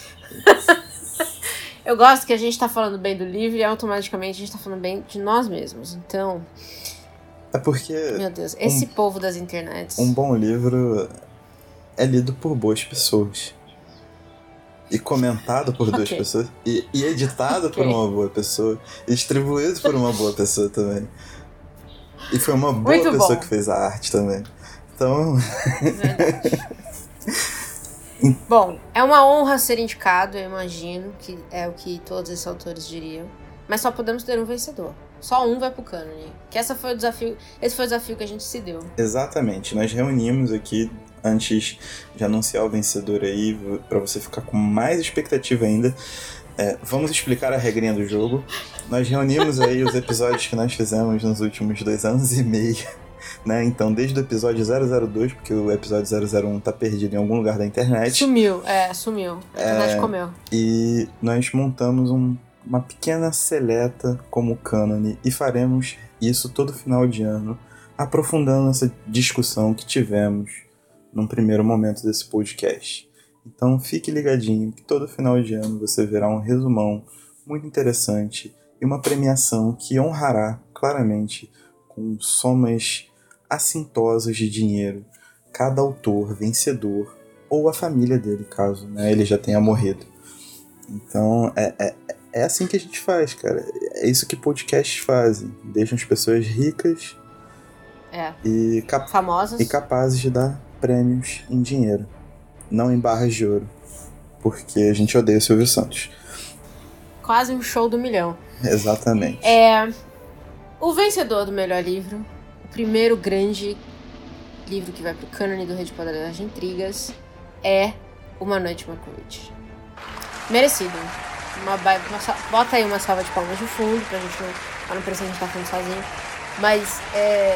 Eu gosto que a gente tá falando bem do livro e automaticamente a gente tá falando bem de nós mesmos. Então, É porque meu Deus, esse um, povo das internets. Um bom livro é lido por boas pessoas. E comentado por duas okay. pessoas. E, e editado okay. por uma boa pessoa. E distribuído por uma boa pessoa também. E foi uma boa Muito pessoa bom. que fez a arte também. Então... Bom, é uma honra ser indicado, eu imagino, que é o que todos esses autores diriam. Mas só podemos ter um vencedor. Só um vai pro cânone. Que essa foi o desafio, esse foi o desafio que a gente se deu. Exatamente. Nós reunimos aqui, antes de anunciar o vencedor aí, pra você ficar com mais expectativa ainda, é, vamos explicar a regrinha do jogo. Nós reunimos aí os episódios que nós fizemos nos últimos dois anos e meio. Né? Então, desde o episódio zero zero dois, porque o episódio zero zero um tá perdido em algum lugar da internet. Sumiu, é, sumiu. A internet é, comeu. E nós montamos um, uma pequena seleta como cânone e faremos isso todo final de ano, aprofundando essa discussão que tivemos num primeiro momento desse podcast. Então, fique ligadinho que todo final de ano você verá um resumão muito interessante e uma premiação que honrará claramente com somas assintosas de dinheiro cada autor vencedor ou a família dele, caso né, ele já tenha morrido. Então é, é, é assim que a gente faz, cara. É isso que podcasts fazem. Deixam as pessoas ricas é. e, cap- famosas e capazes de dar prêmios em dinheiro, não em barras de ouro, porque a gente odeia o Silvio Santos. Quase um show do milhão. Exatamente. É... O vencedor do melhor livro, o primeiro grande livro que vai pro cânone do Rede Poderosa de Intrigas, é Uma Noite Marguerite. Merecido. Uma ba... uma... Bota aí uma salva de palmas de fundo, pra gente não, pra não parecer que a gente tá falando sozinho. Mas é...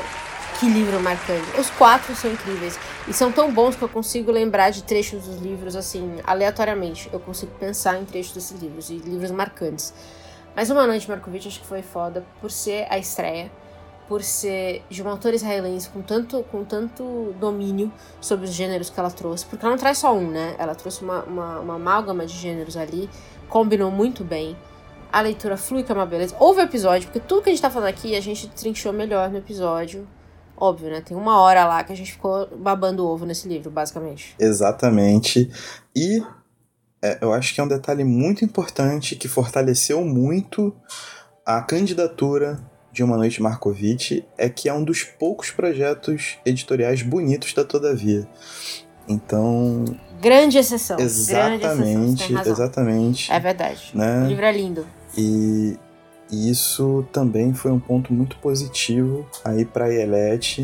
Que livro marcante. Os quatro são incríveis. E são tão bons que eu consigo lembrar de trechos dos livros, assim, aleatoriamente. Eu consigo pensar em trechos desses livros, e livros marcantes. Mas Uma Noite Markovitch acho que foi foda por ser a estreia, por ser de uma autora israelense com tanto, com tanto domínio sobre os gêneros que ela trouxe. Porque ela não traz só um, né? Ela trouxe uma, uma, uma amálgama de gêneros ali, combinou muito bem. A leitura flui, que é uma beleza. Houve episódio, porque tudo que a gente tá falando aqui, a gente trinchou melhor no episódio. Óbvio, né? Tem uma hora lá que a gente ficou babando ovo nesse livro, basicamente. Exatamente. E é, eu acho que é um detalhe muito importante que fortaleceu muito a candidatura de Uma Noite Markovitch, é que é um dos poucos projetos editoriais bonitos da Todavia. Então... Grande exceção. Exatamente, Grande exceção, exatamente. É verdade. Né? O livro é lindo. E... E isso também foi um ponto muito positivo aí para a Ayelet,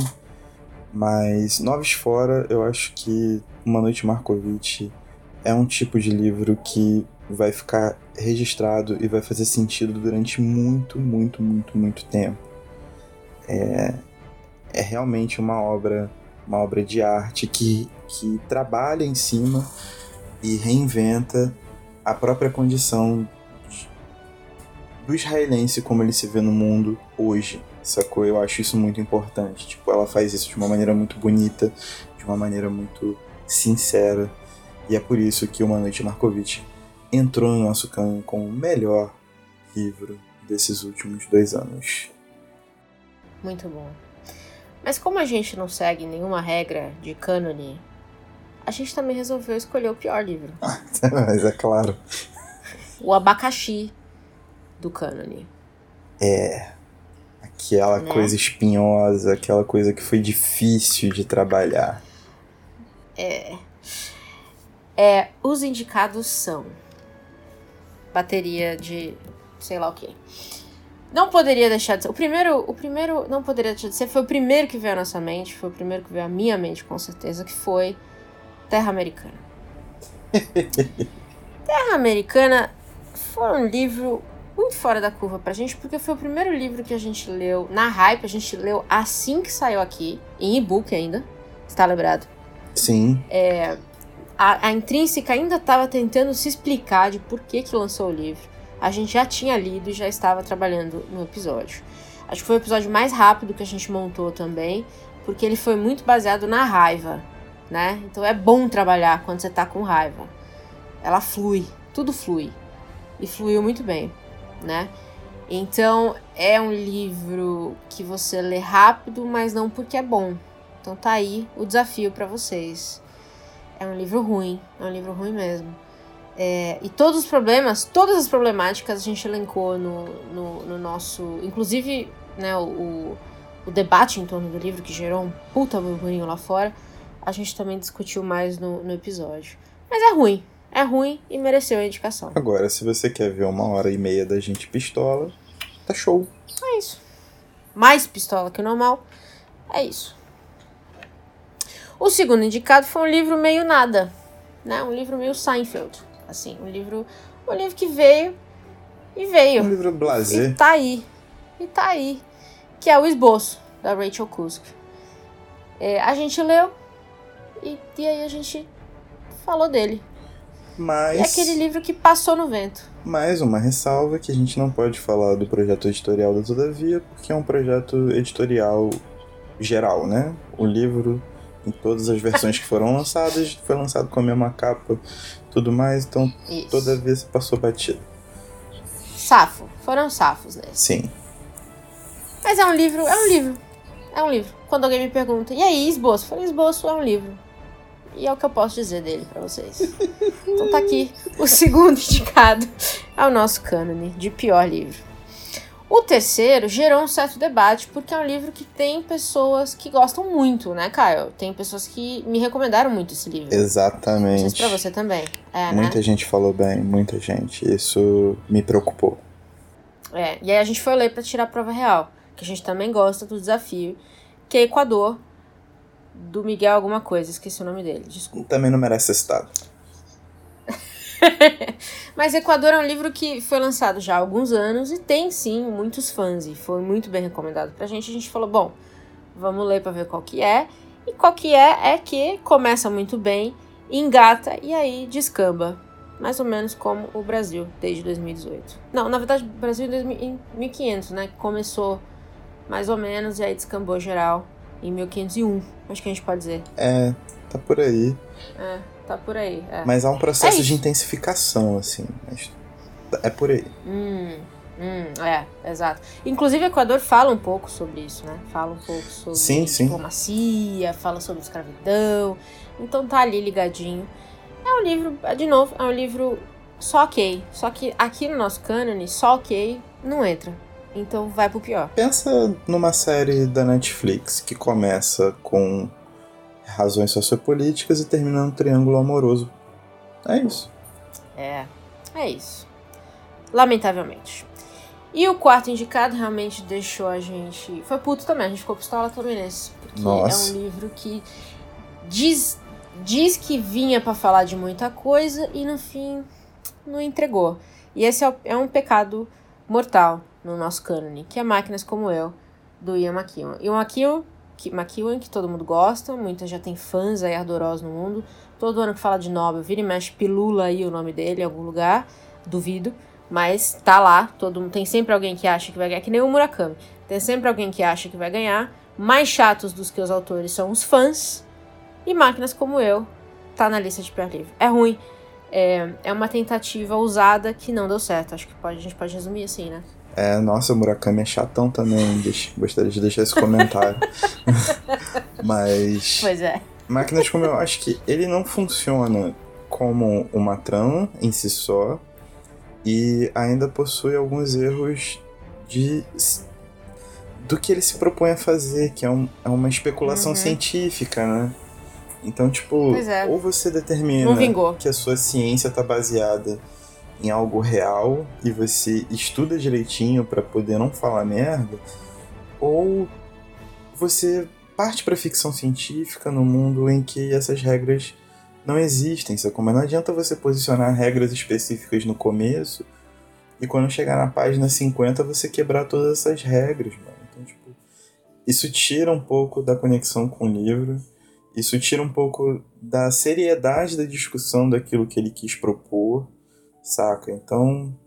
mas Noves Fora, eu acho que Uma Noite Markovitch é um tipo de livro que vai ficar registrado e vai fazer sentido durante muito, muito, muito, muito tempo. É, é realmente uma obra, uma obra de arte que, que trabalha em cima e reinventa a própria condição do israelense como ele se vê no mundo hoje, sacou? Eu acho isso muito importante. Tipo, ela faz isso de uma maneira muito bonita, de uma maneira muito sincera, e é por isso que Uma Noite Markovitch entrou no nosso cânon como o melhor livro desses últimos dois anos. Muito bom. Mas como a gente não segue nenhuma regra de cânone, a gente também resolveu escolher o pior livro. Mas é claro. O abacaxi do cânone. É, aquela né? coisa espinhosa, aquela coisa que foi difícil de trabalhar. É, é os indicados são bateria de sei lá o que. Não poderia deixar de ser. O primeiro, o primeiro não poderia deixar de ser, foi o primeiro que veio à nossa mente, foi o primeiro que veio à minha mente, com certeza, que foi Terra Americana. Terra Americana foi um livro muito fora da curva pra gente, porque foi o primeiro livro que a gente leu na hype, a gente leu assim que saiu aqui, em e-book ainda, você tá lembrado? Sim. É, a, a Intrínseca ainda estava tentando se explicar de por que que lançou o livro. A gente já tinha lido e já estava trabalhando no episódio. Acho que foi o episódio mais rápido que a gente montou também, porque ele foi muito baseado na raiva, né? Então é bom trabalhar quando você tá com raiva. Ela flui, tudo flui. E fluiu muito bem, né? Então é um livro que você lê rápido, mas não porque é bom. Então tá aí o desafio para vocês. É um livro ruim, é um livro ruim mesmo. É, e todos os problemas, todas as problemáticas a gente elencou no, no, no nosso... Inclusive, né, o, o debate em torno do livro, que gerou um puta burburinho lá fora, a gente também discutiu mais no, no episódio. Mas é ruim, é ruim e mereceu a indicação. Agora, se você quer ver uma hora e meia da gente pistola, tá show. É isso. Mais pistola que o normal, é isso. O segundo indicado foi um livro meio nada, né? Um livro meio Seinfeld. Assim, um livro, um livro que veio e veio. Um livro blasé. E tá aí. E tá aí. Que é O Esboço, da Rachel Cusk. É, a gente leu e, e aí a gente falou dele. Mas... É aquele livro que passou no vento. Mais uma ressalva que a gente não pode falar do projeto editorial da Todavia, porque é um projeto editorial geral, né? O livro, em todas as versões que foram lançadas, foi lançado com a mesma capa, tudo mais, então Isso. Todavia se passou batido. Safo, foram safos nesse. Sim. Mas é um livro, é um livro, é um livro. Quando alguém me pergunta, e aí, esboço? Eu falei, esboço é um livro. E é o que eu posso dizer dele pra vocês. Então tá aqui, o segundo indicado é o nosso cânone de pior livro. O terceiro gerou um certo debate, porque é um livro que tem pessoas que gostam muito, né, Caio? Tem pessoas que me recomendaram muito esse livro. Exatamente. Não sei se pra você também. É, muita né? gente falou bem, muita gente. Isso me preocupou. É, e aí a gente foi ler pra tirar a prova real, que a gente também gosta do desafio, que é Equador, do Miguel alguma coisa, esqueci o nome dele, desculpa. Também não merece ser citado. Mas Equador é um livro que foi lançado já há alguns anos e tem sim muitos fãs e foi muito bem recomendado pra gente. A gente falou, bom, Vamos ler pra ver qual que é. E qual que é, é que começa muito bem, engata e aí descamba. Mais ou menos como o Brasil, desde dois mil e dezoito. Não, na verdade, o Brasil em mil e quinhentos, né? Começou mais ou menos e aí descambou geral em mil quinhentos e um. Acho que a gente pode dizer. É, tá por aí. É, tá por aí. É. Mas há um processo é de intensificação, assim. Mas é por aí. Hum, hum, é, exato. Inclusive, o Equador fala um pouco sobre isso, né? Fala um pouco sobre sim, sim. diplomacia, fala sobre escravidão. Então tá ali ligadinho. É um livro, de novo, é um livro só ok. Só que aqui no nosso cânone, só ok não entra. Então vai pro pior. Pensa numa série da Netflix que começa com razões sociopolíticas e termina num triângulo amoroso. É isso. É, é isso. Lamentavelmente. E o quarto indicado realmente deixou a gente... Foi puto também, a gente ficou pistola também nesse. Porque Nossa. É um livro que diz... Diz que vinha pra falar de muita coisa e no fim não entregou. E esse é, o, é um pecado mortal no nosso cânone, que é Máquinas Como Eu, do Ian McEwan. Ian McEwan que, McEwan, que todo mundo gosta, muita já tem fãs aí ardorosos no mundo. Todo ano que fala de Nobel, vira e mexe, pilula aí o nome dele em algum lugar, duvido. Mas tá lá, todo mundo, tem sempre alguém que acha que vai ganhar, que nem o Murakami. Tem sempre alguém que acha que vai ganhar. Mais chatos dos que os autores são os fãs. E Máquinas Como Eu tá na lista de pior livro. É ruim. É, é uma tentativa ousada que não deu certo. Acho que pode, a gente pode resumir assim, né? É, nossa, o Murakami é chatão também. Deixa, gostaria de deixar esse comentário. Mas... Pois é. Máquinas Como Eu, acho que ele não funciona como uma trama em si só. E ainda possui alguns erros de... do que ele se propõe a fazer, que é, um, é uma especulação uhum. científica, né? Então, tipo, é. ou você determina que a sua ciência tá baseada em algo real e você estuda direitinho pra poder não falar merda, ou você parte pra ficção científica no mundo em que essas regras não existem, sacou? Mas não adianta você posicionar regras específicas no começo e quando chegar na página cinquenta você quebrar todas essas regras, mano. Então, tipo, isso tira um pouco da conexão com o livro. Isso tira um pouco da seriedade da discussão daquilo que ele quis propor, saca? Então,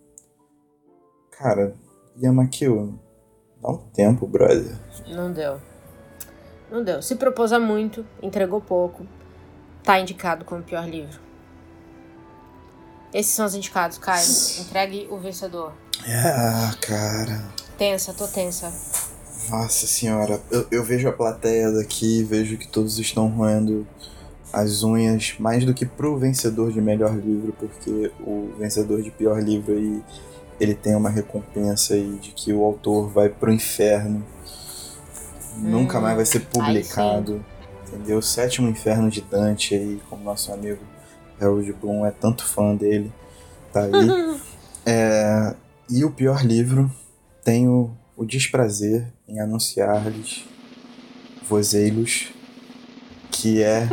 cara, Ian McEwan, dá um tempo, brother. Não deu. Não deu. Se propôs a muito, entregou pouco. Tá indicado como pior livro. Esses são os indicados, Caio. Entregue o vencedor. Ah, cara. Tensa, tô tensa. Nossa senhora, eu, eu vejo a plateia daqui, vejo que todos estão roendo as unhas mais do que pro vencedor de melhor livro, porque o vencedor de pior livro aí, ele tem uma recompensa aí de que o autor vai pro inferno, hum, nunca mais vai ser publicado, entendeu? O Sétimo Inferno de Dante aí, como nosso amigo Harold Bloom é tanto fã dele, tá aí. é, e o pior livro tem o o desprazer em anunciar-lhes, vozei-los, que é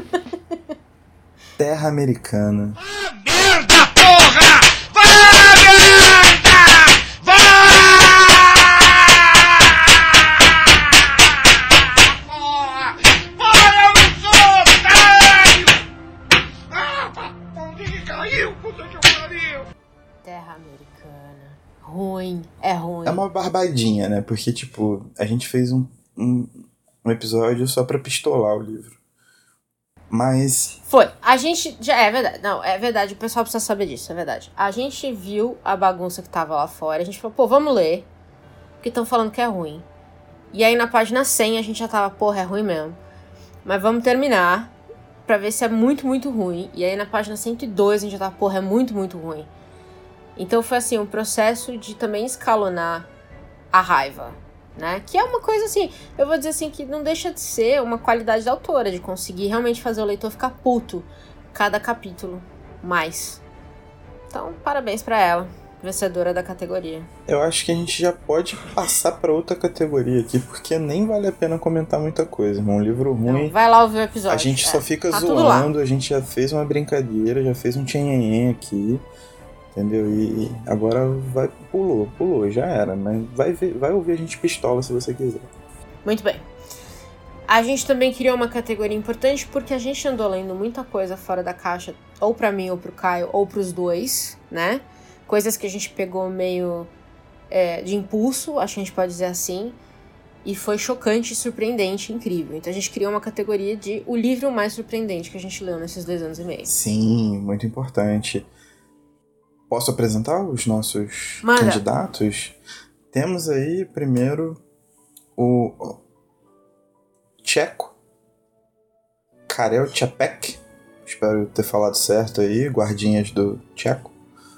Terra Americana. Ah, merda, porra! Vai, merda! Vai! Porra! Vai, eu não sou otário! Ah, onde que caiu? Puta que pariu! Terra Americana. Ruim, é ruim. É uma barbadinha, né? Porque, tipo, a gente fez um, um, um episódio só pra pistolar o livro. Mas... Foi. A gente... Já é verdade. Não, é verdade. O pessoal precisa saber disso, é verdade. A gente viu a bagunça que tava lá fora. A gente falou, pô, vamos ler. Porque estão falando que é ruim. E aí na página cem a gente já tava, porra, é ruim mesmo. Mas vamos terminar pra ver se é muito, muito ruim. E aí na página cento e dois a gente já tava, porra, é muito, muito ruim. Então foi assim, um processo de também escalonar a raiva, né? Que é uma coisa assim, eu vou dizer assim, que não deixa de ser uma qualidade da autora, de conseguir realmente fazer o leitor ficar puto cada capítulo mais. Então, parabéns pra ela, vencedora da categoria. Eu acho que a gente já pode passar pra outra categoria aqui, porque nem vale a pena comentar muita coisa, irmão. Um livro ruim... Não, vai lá ouvir o episódio. A gente é, só fica tá zoando, a gente já fez uma brincadeira, já fez um tchenhenhen aqui... Entendeu? E agora vai, pulou, pulou, já era. Mas vai, ver, vai ouvir a gente pistola se você quiser. Muito bem. A gente também criou uma categoria importante porque a gente andou lendo muita coisa fora da caixa, ou pra mim, ou pro Caio, ou pros dois, né? Coisas que a gente pegou meio é, de impulso, acho que a gente pode dizer assim, e foi chocante, surpreendente, incrível. Então a gente criou uma categoria de o livro mais surpreendente que a gente leu nesses dois anos e meio. Sim, muito importante. Posso apresentar os nossos Manda. candidatos? Temos aí, primeiro, o tcheco, Karel Čapek, espero ter falado certo aí, guardinhas do tcheco,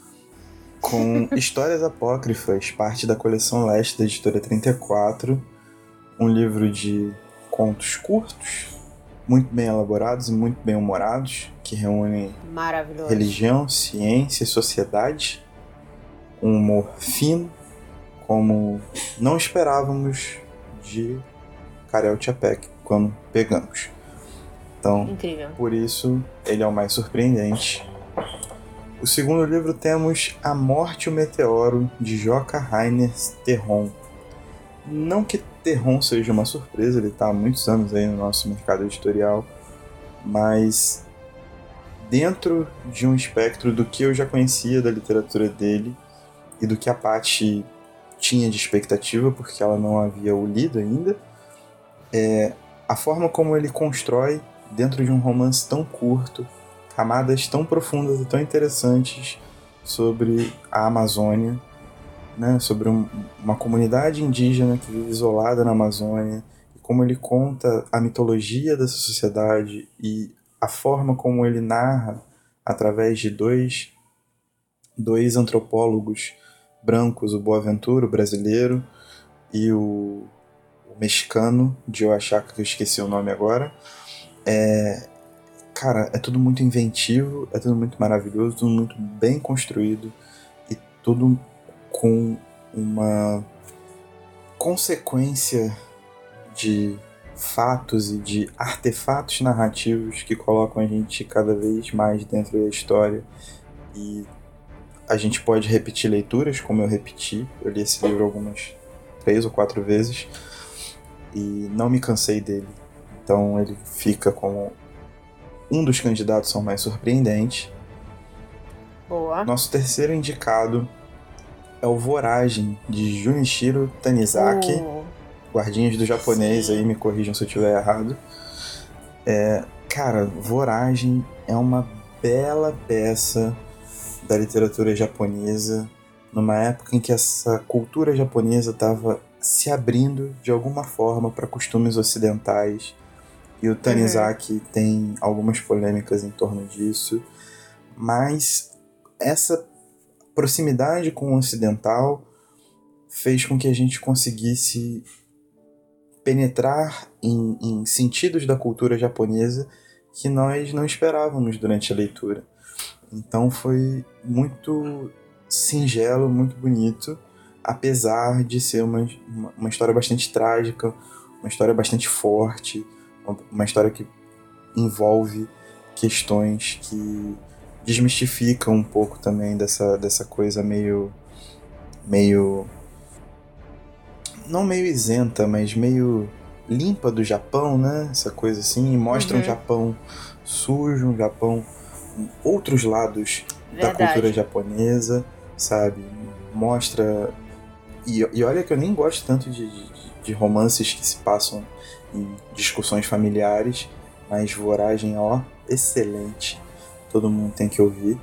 com Histórias Apócrifas, parte da coleção Leste da editora trinta e quatro, um livro de contos curtos, muito bem elaborados e muito bem humorados, que reúnem religião, ciência e sociedade, um humor fino, como não esperávamos de Karel Čapek quando pegamos. Então, incrível. Por isso, ele é o mais surpreendente. O segundo livro temos A Morte e o Meteoro, de Joca Rainer Terron. Não que Terron seja uma surpresa, ele está há muitos anos aí no nosso mercado editorial, mas dentro de um espectro do que eu já conhecia da literatura dele e do que a Paty tinha de expectativa, porque ela não havia o lido ainda, é, a forma como ele constrói, dentro de um romance tão curto, camadas tão profundas e tão interessantes sobre a Amazônia, né, sobre um, uma comunidade indígena que vive isolada na Amazônia, e como ele conta a mitologia dessa sociedade e a forma como ele narra através de dois, dois antropólogos brancos, o Boaventura, o brasileiro, e o, o mexicano, de eu achar que eu esqueci o nome agora. É, cara, é tudo muito inventivo, é tudo muito maravilhoso, tudo muito bem construído e tudo com uma consequência de fatos e de artefatos narrativos que colocam a gente cada vez mais dentro da história. E a gente pode repetir leituras, como eu repeti. Eu li esse livro algumas três ou quatro vezes e não me cansei dele. Então ele fica como um dos candidatos ao mais surpreendente. Boa. Nosso terceiro indicado é o Voragem, de Junichiro Tanizaki. Uh, Guardinhas do japonês, sim. aí me corrijam se eu estiver errado. É, cara, Voragem é uma bela peça da literatura japonesa, numa época em que essa cultura japonesa estava se abrindo de alguma forma para costumes ocidentais. E o Tanizaki uhum. tem algumas polêmicas em torno disso, mas essa proximidade com o ocidental fez com que a gente conseguisse penetrar em, em sentidos da cultura japonesa que nós não esperávamos durante a leitura. Então foi muito singelo, muito bonito, apesar de ser uma, uma, uma história bastante trágica, uma história bastante forte, uma história que envolve questões que desmistificam um pouco também dessa, dessa coisa meio meio não meio isenta, mas meio limpa do Japão, né? Essa coisa assim, e mostra uhum. um Japão sujo, um Japão com outros lados Verdade. da cultura japonesa, sabe? Mostra... E, e olha que eu nem gosto tanto de, de, de romances que se passam em discussões familiares, mas Voragem, ó, excelente. Todo mundo tem que ouvir.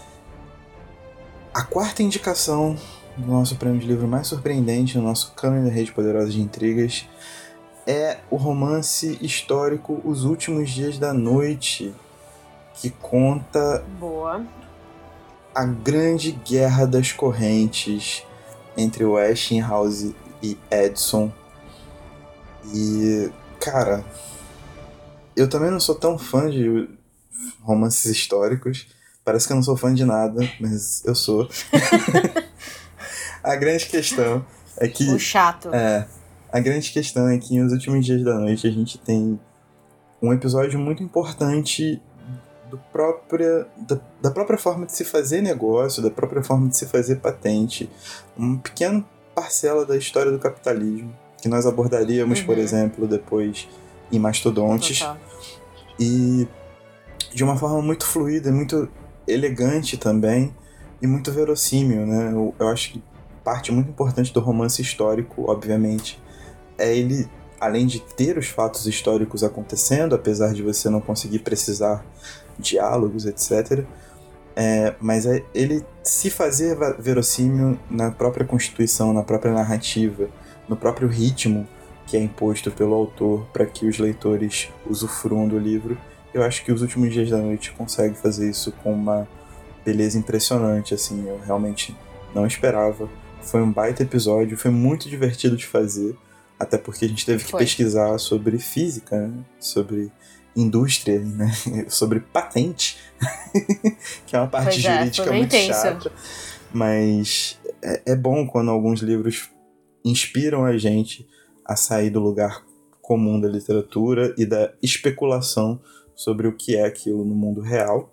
A quarta indicação do nosso prêmio de livro mais surpreendente no nosso Câmara da Rede Poderosa de Intrigas é o romance histórico Os Últimos Dias da Noite, que conta Boa. a grande guerra das correntes entre Westinghouse e Edison. E, cara, eu também não sou tão fã de romances históricos. Parece que eu não sou fã de nada, mas eu sou. A grande questão é que... O chato. É, a grande questão é que nos últimos dias da noite a gente tem um episódio muito importante do própria, da, da própria forma de se fazer negócio, da própria forma de se fazer patente. Uma pequena parcela da história do capitalismo, que nós abordaríamos, uhum. por exemplo, depois em mastodontes. Total. E de uma forma muito fluida, muito elegante também, e muito verossímil, né? Eu, eu acho que parte muito importante do romance histórico, obviamente, é ele, além de ter os fatos históricos acontecendo, apesar de você não conseguir precisar diálogos, etcétera, é, mas é ele se fazer verossímil na própria constituição, na própria narrativa, no próprio ritmo que é imposto pelo autor para que os leitores usufruam do livro. Eu acho que Os Últimos Dias da Noite consegue fazer isso com uma beleza impressionante, assim, eu realmente não esperava. Foi um baita episódio, foi muito divertido de fazer, até porque a gente teve que Foi. pesquisar sobre física, né? Sobre indústria, né? Sobre patente, que é uma parte Pois é, jurídica foi bem muito tenso. chata, mas é, é bom quando alguns livros inspiram a gente a sair do lugar comum da literatura e da especulação sobre o que é aquilo no mundo real.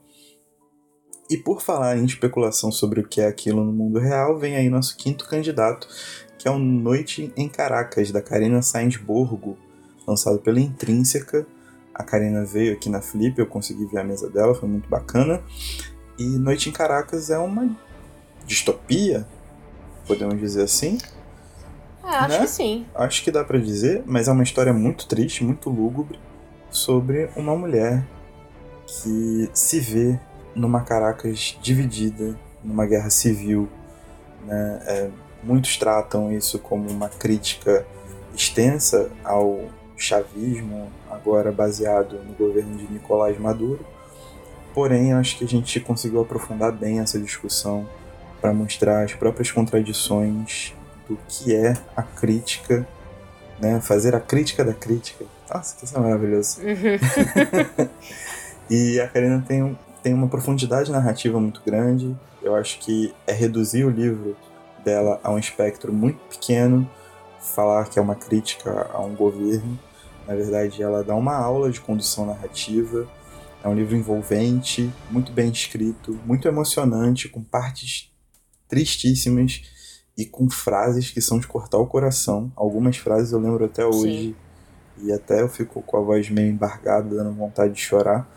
E por falar em especulação sobre o que é aquilo no mundo real, vem aí nosso quinto candidato, que é o Noite em Caracas, da Carina Sainz-Borgo, lançado pela Intrínseca. A Carina veio aqui na Flip, eu consegui ver a mesa dela, foi muito bacana. E Noite em Caracas é uma distopia, podemos dizer assim. É, acho né? que sim. Acho que dá pra dizer, mas é uma história muito triste, muito lúgubre, sobre uma mulher que se vê numa Caracas dividida, numa guerra civil, né? É, muitos tratam isso como uma crítica extensa ao chavismo, agora baseado no governo de Nicolás Maduro. Porém, eu acho que a gente conseguiu aprofundar bem essa discussão para mostrar as próprias contradições do que é a crítica, né? Fazer a crítica da crítica. Nossa, que isso é maravilhoso. Uhum. E a Carina tem um tem uma profundidade narrativa muito grande. Eu acho que é reduzir o livro dela a um espectro muito pequeno, falar que é uma crítica a um governo. Na verdade, ela dá uma aula de condução narrativa. É um livro envolvente, muito bem escrito, muito emocionante, com partes tristíssimas e com frases que são de cortar o coração. Algumas frases eu lembro até hoje. Sim. E até eu fico com a voz meio embargada, dando vontade de chorar.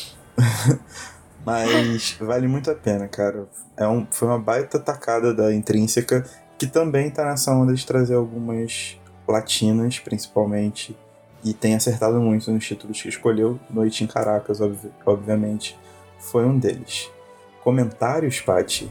Mas vale muito a pena, cara. É um, foi uma baita tacada da Intrínseca, que também tá nessa onda de trazer algumas latinas, principalmente, e tem acertado muito nos títulos que escolheu. Noite em Caracas, obvi- obviamente, foi um deles. Comentários, Paty?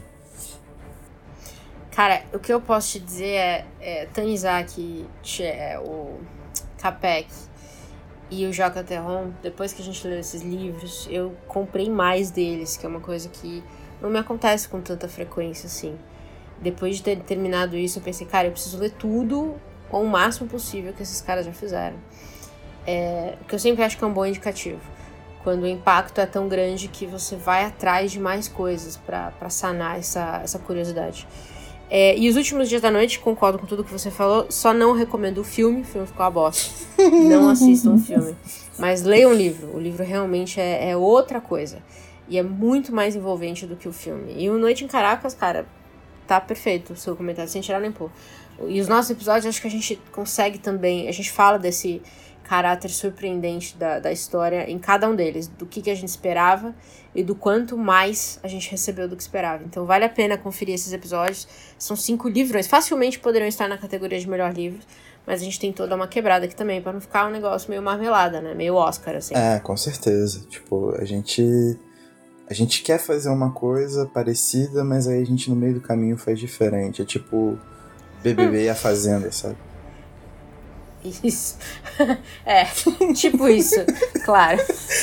Cara, o que eu posso te dizer é, é Tanizaki, é, o Capek e o Joca Terron, depois que a gente leu esses livros, eu comprei mais deles, que é uma coisa que não me acontece com tanta frequência, assim. Depois de ter terminado isso, eu pensei, cara, eu preciso ler tudo ou o máximo possível que esses caras já fizeram. É, o que eu sempre acho que é um bom indicativo. Quando o impacto é tão grande que você vai atrás de mais coisas pra, pra sanar essa, essa curiosidade. É, e Os Últimos Dias da Noite, concordo com tudo que você falou, só não recomendo o filme, o filme ficou uma bosta. Não assistam o filme. Mas leiam o livro, o livro realmente é, é outra coisa. E é muito mais envolvente do que o filme. E o Noite em Caracas, cara, tá perfeito o seu comentário, sem tirar nem pôr. E os nossos episódios, acho que a gente consegue também, a gente fala desse caráter surpreendente da, da história em cada um deles, do que, que a gente esperava e do quanto mais a gente recebeu do que esperava. Então vale a pena conferir esses episódios. São cinco livros, facilmente poderiam estar na categoria de melhor livro, mas a gente tem toda uma quebrada aqui também, pra não ficar um negócio meio marmelada, né? Meio Oscar, assim. É, com certeza. Tipo, a gente... A gente quer fazer uma coisa parecida, mas aí a gente no meio do caminho faz diferente. É tipo B B B e A Fazenda, sabe? Isso. É, tipo isso, claro.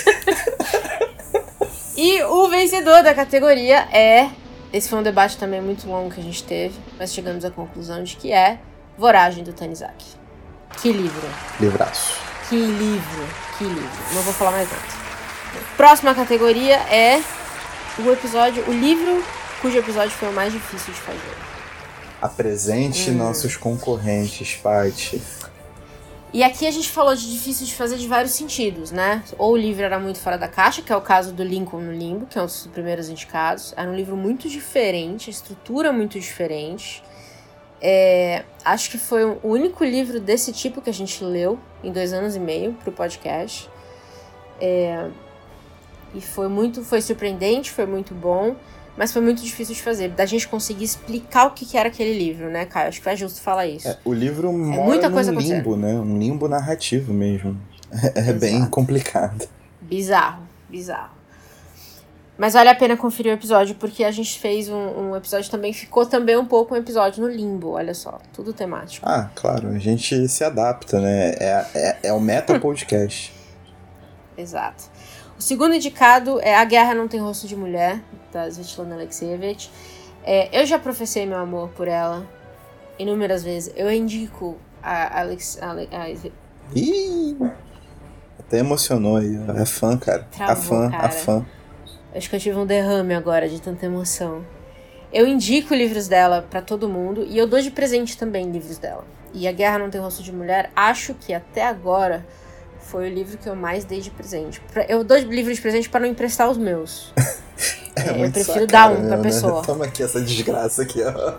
E o vencedor da categoria é... Esse foi um debate também muito longo que a gente teve, mas chegamos à conclusão de que é Voragem, do Tanizaki. Que livro. Livraço. Que livro. Que livro. Não vou falar mais nada. Próxima categoria é o episódio... O livro cujo episódio foi o mais difícil de fazer. Apresente hum. nossos concorrentes, Paty. E aqui a gente falou de difícil de fazer de vários sentidos, né? Ou o livro era muito fora da caixa, que é o caso do Lincoln no Limbo, que é um dos primeiros indicados. Era um livro muito diferente, a estrutura muito diferente. É, acho que foi o único livro desse tipo que a gente leu em dois anos e meio pro podcast. É, e foi muito, foi surpreendente, foi muito bom, mas foi muito difícil de fazer, da gente conseguir explicar o que, que era aquele livro, né, Caio? Acho que é justo falar isso. É, o livro mora é muita num coisa limbo, né? Um limbo narrativo mesmo. É, é bem complicado. Bizarro, bizarro. Mas vale a pena conferir o episódio, porque a gente fez um, um episódio também, ficou também um pouco um episódio no limbo, olha só, tudo temático. Ah, claro, a gente se adapta, né? É, é, é o meta podcast. Exato. O segundo indicado é A Guerra Não Tem Rosto de Mulher, da Svetlana Alexievich. É, eu já professei meu amor por ela inúmeras vezes. Eu indico a Alex... A, a, Ih, até emocionou aí. É fã, cara. Travou, a fã, cara. a fã. Acho que eu tive um derrame agora de tanta emoção. Eu indico livros dela pra todo mundo e eu dou de presente também livros dela. E A Guerra Não Tem Rosto de Mulher, acho que até agora foi o livro que eu mais dei de presente. Eu dou livro de presente pra não emprestar os meus. É, é, muito eu prefiro dar um pra né? pessoa. Toma aqui essa desgraça aqui, ó.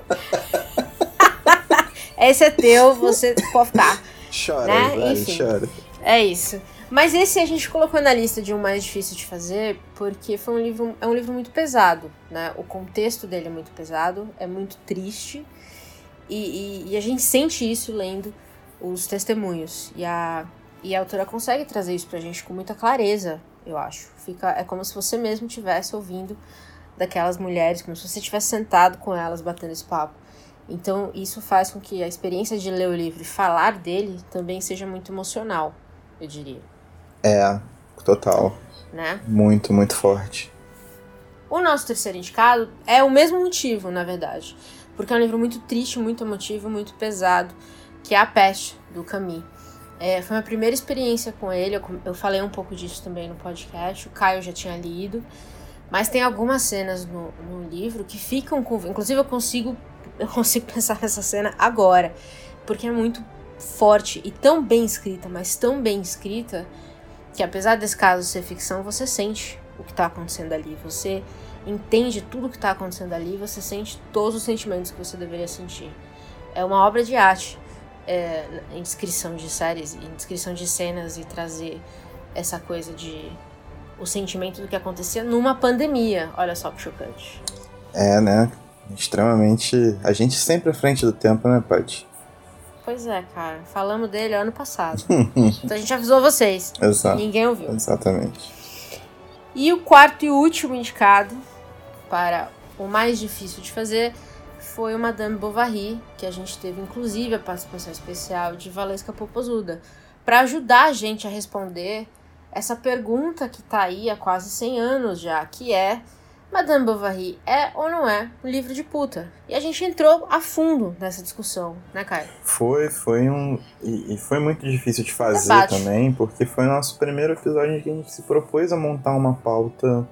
Esse é teu, você pode ficar. Chora, né? vai, Enfim, chora. É isso. Mas esse a gente colocou na lista de um mais difícil de fazer, porque foi um livro, é um livro muito pesado, né? O contexto dele é muito pesado, é muito triste, e, e, e a gente sente isso lendo os testemunhos. E a, e a autora consegue trazer isso pra gente com muita clareza, eu acho. Fica, é como se você mesmo estivesse ouvindo daquelas mulheres, como se você tivesse sentado com elas batendo esse papo. Então isso faz com que a experiência de ler o livro e falar dele também seja muito emocional, eu diria. É, total. Né? Muito, muito forte. O nosso terceiro indicado é o mesmo motivo, na verdade. Porque é um livro muito triste, muito emotivo, muito pesado, que é A Peste, do Camus. É, foi minha primeira experiência com ele, eu, eu falei um pouco disso também no podcast, o Caio já tinha lido, mas tem algumas cenas no, no livro que ficam com... Inclusive eu consigo, eu consigo pensar nessa cena agora, porque é muito forte e tão bem escrita, mas tão bem escrita, que apesar desse caso ser ficção, você sente o que está acontecendo ali, você entende tudo o que está acontecendo ali, você sente todos os sentimentos que você deveria sentir. É uma obra de arte, é, em descrição de séries, em descrição de cenas, e trazer essa coisa de o sentimento do que acontecia numa pandemia. Olha só que chocante. É, né? Extremamente... A gente sempre à frente do tempo, né, Paty? Pois é, cara. Falamos dele ano passado. Então a gente avisou vocês. Exato. Ninguém ouviu. Exatamente. E o quarto e último indicado para o mais difícil de fazer foi o Madame Bovary, que a gente teve inclusive a participação especial de Valesca Popozuda, para ajudar a gente a responder essa pergunta que tá aí há quase cem anos já, que é: Madame Bovary é ou não é um livro de puta? E a gente entrou a fundo nessa discussão, né, Caio? Foi, foi um... E, e foi muito difícil de fazer Debate. também, porque foi o nosso primeiro episódio em que a gente se propôs a montar uma pauta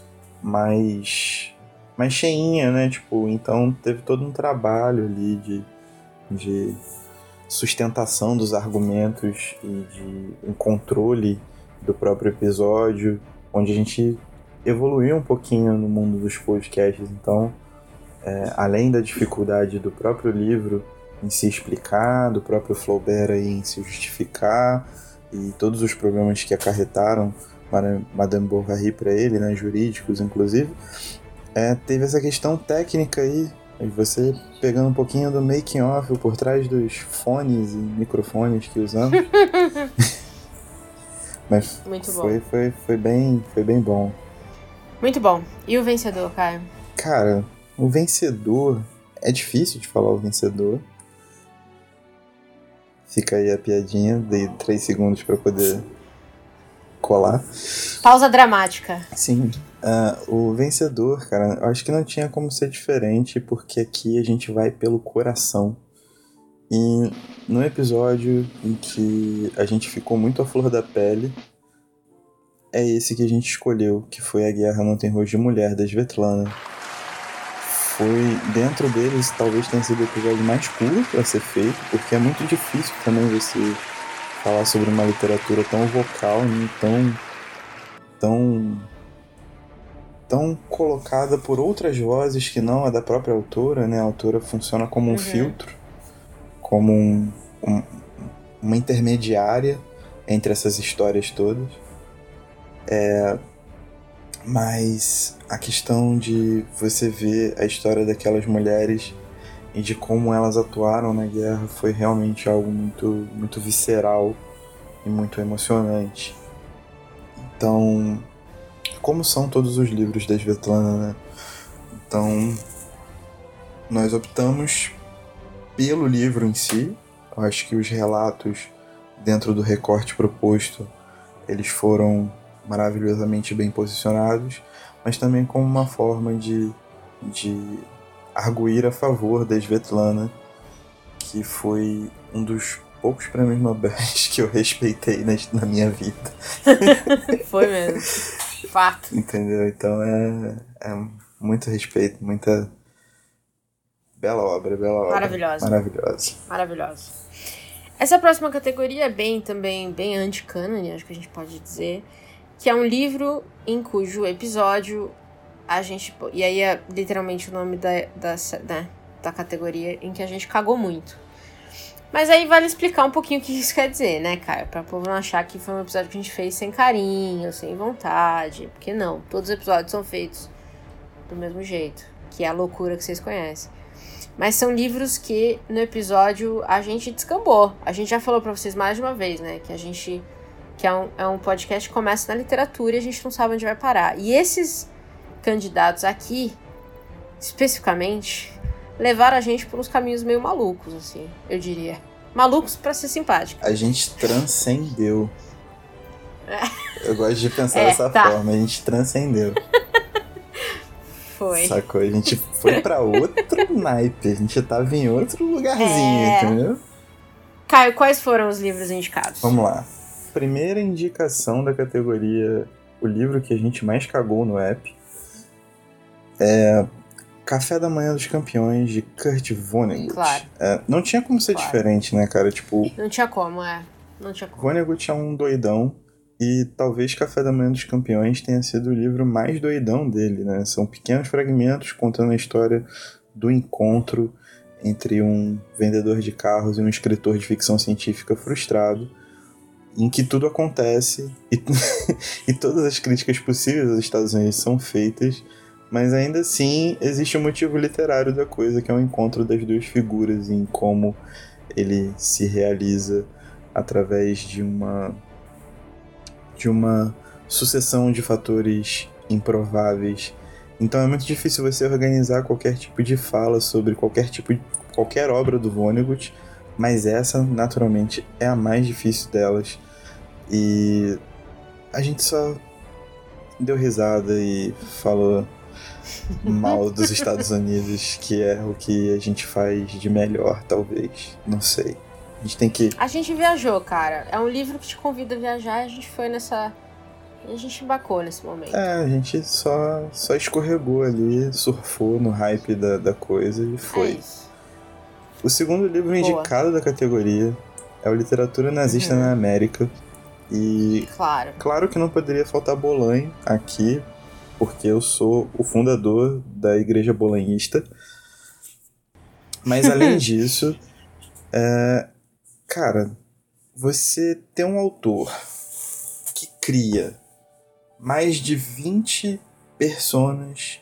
mais... mais cheinha, né? Tipo, então teve todo um trabalho ali de, de sustentação dos argumentos e de um controle do próprio episódio, onde a gente evoluiu um pouquinho no mundo dos podcasts. Então, é, além da dificuldade do próprio livro em se explicar, do próprio Flaubert aí em se justificar, e todos os problemas que acarretaram Madame Bovary para ele, né, jurídicos inclusive, é, teve essa questão técnica aí, você pegando um pouquinho do making off por trás dos fones e microfones que usamos. Mas Muito foi, bom. foi, foi, bem, foi bem bom. Muito bom. E o vencedor, Caio? Cara, o vencedor... É difícil de falar o vencedor. Fica aí a piadinha. Dei três segundos pra poder colar. Pausa dramática. Sim. Uh, o vencedor, cara, eu acho que não tinha como ser diferente, porque aqui a gente vai pelo coração. E no episódio em que a gente ficou muito à flor da pele, é esse que a gente escolheu, que foi A Guerra Não Tem Rosto de Mulher, da Svetlana. Foi, dentro deles, talvez tenha sido o episódio mais curto a ser feito, porque é muito difícil também você falar sobre uma literatura tão vocal, né, tão, tão, tão colocada por outras vozes que não a da própria autora, né? A autora funciona como um uhum. filtro. como um, um, uma intermediária entre essas histórias todas. É, mas a questão de você ver a história daquelas mulheres e de como elas atuaram na guerra foi realmente algo muito, muito visceral e muito emocionante. Então, como são todos os livros da Svetlana, né? Então, nós optamos pelo livro em si. Eu acho que os relatos dentro do recorte proposto, eles foram maravilhosamente bem posicionados, mas também como uma forma de, de arguir a favor da Svetlana, que foi um dos poucos prêmios Nobel que eu respeitei na, na minha vida. Foi mesmo. Fato. Entendeu? Então é, é muito respeito, muita bela obra, bela obra. Maravilhosa. Maravilhosa. Maravilhosa. Essa próxima categoria é bem também, bem anti-cânone, acho que a gente pode dizer, que é um livro em cujo episódio a gente... E aí é literalmente o nome da, da, né, da categoria em que a gente cagou muito. Mas aí vale explicar um pouquinho o que isso quer dizer, né, cara? Pra o povo não achar que foi um episódio que a gente fez sem carinho, sem vontade. Porque não, todos os episódios são feitos do mesmo jeito, que é a loucura que vocês conhecem. Mas são livros que no episódio a gente descambou. A gente já falou pra vocês mais de uma vez, né? Que a gente... Que é um, é um podcast que começa na literatura e a gente não sabe onde vai parar. E esses candidatos aqui, especificamente, levaram a gente por uns caminhos meio malucos, assim, eu diria. Malucos pra ser simpático. A gente transcendeu. É. Eu gosto de pensar É, dessa tá. forma. A gente transcendeu. Foi. Sacou? A gente foi pra outro naipe. A gente tava em outro lugarzinho, É. entendeu? Caio, quais foram os livros indicados? Vamos lá. Primeira indicação da categoria, o livro que a gente mais cagou no app, é Café da Manhã dos Campeões, de Kurt Vonnegut. Claro. É, não tinha como ser Claro. diferente, né, cara? Tipo, Não tinha como, é. Não tinha como. Vonnegut é um doidão e talvez Café da Manhã dos Campeões tenha sido o livro mais doidão dele, né? São pequenos fragmentos contando a história do encontro entre um vendedor de carros e um escritor de ficção científica frustrado, em que tudo acontece e, e todas as críticas possíveis aos Estados Unidos são feitas, mas ainda assim existe um motivo literário da coisa, que é o encontro das duas figuras em como ele se realiza através de uma de uma sucessão de fatores improváveis. Então é muito difícil você organizar qualquer tipo de fala sobre qualquer tipo de, qualquer obra do Vonnegut, mas essa, naturalmente, é a mais difícil delas. E a gente só deu risada e falou mal dos Estados Unidos, que é o que a gente faz de melhor, talvez. Não sei. A gente tem que... A gente viajou, cara. É um livro que te convida a viajar e a gente foi nessa... A gente embarcou nesse momento. É, a gente só, só escorregou ali, surfou no hype da, da coisa e foi. É isso. O segundo livro Boa. indicado da categoria é o Literatura Nazista Uhum. na América. E Claro. claro que não poderia faltar Bolanho aqui, porque eu sou o fundador da Igreja Bolanhista. Mas além disso, é, cara, você tem um autor que cria mais de vinte personas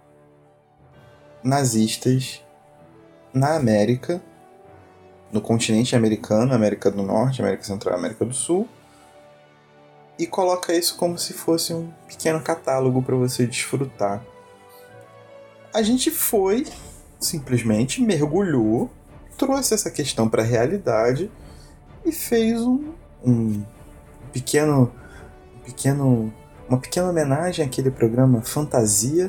nazistas na América, no continente americano, América do Norte, América Central, América do Sul, e coloca isso como se fosse um pequeno catálogo para você desfrutar. A gente foi, simplesmente mergulhou, trouxe essa questão para a realidade e fez um, um pequeno, pequeno, uma pequena homenagem àquele programa Fantasia.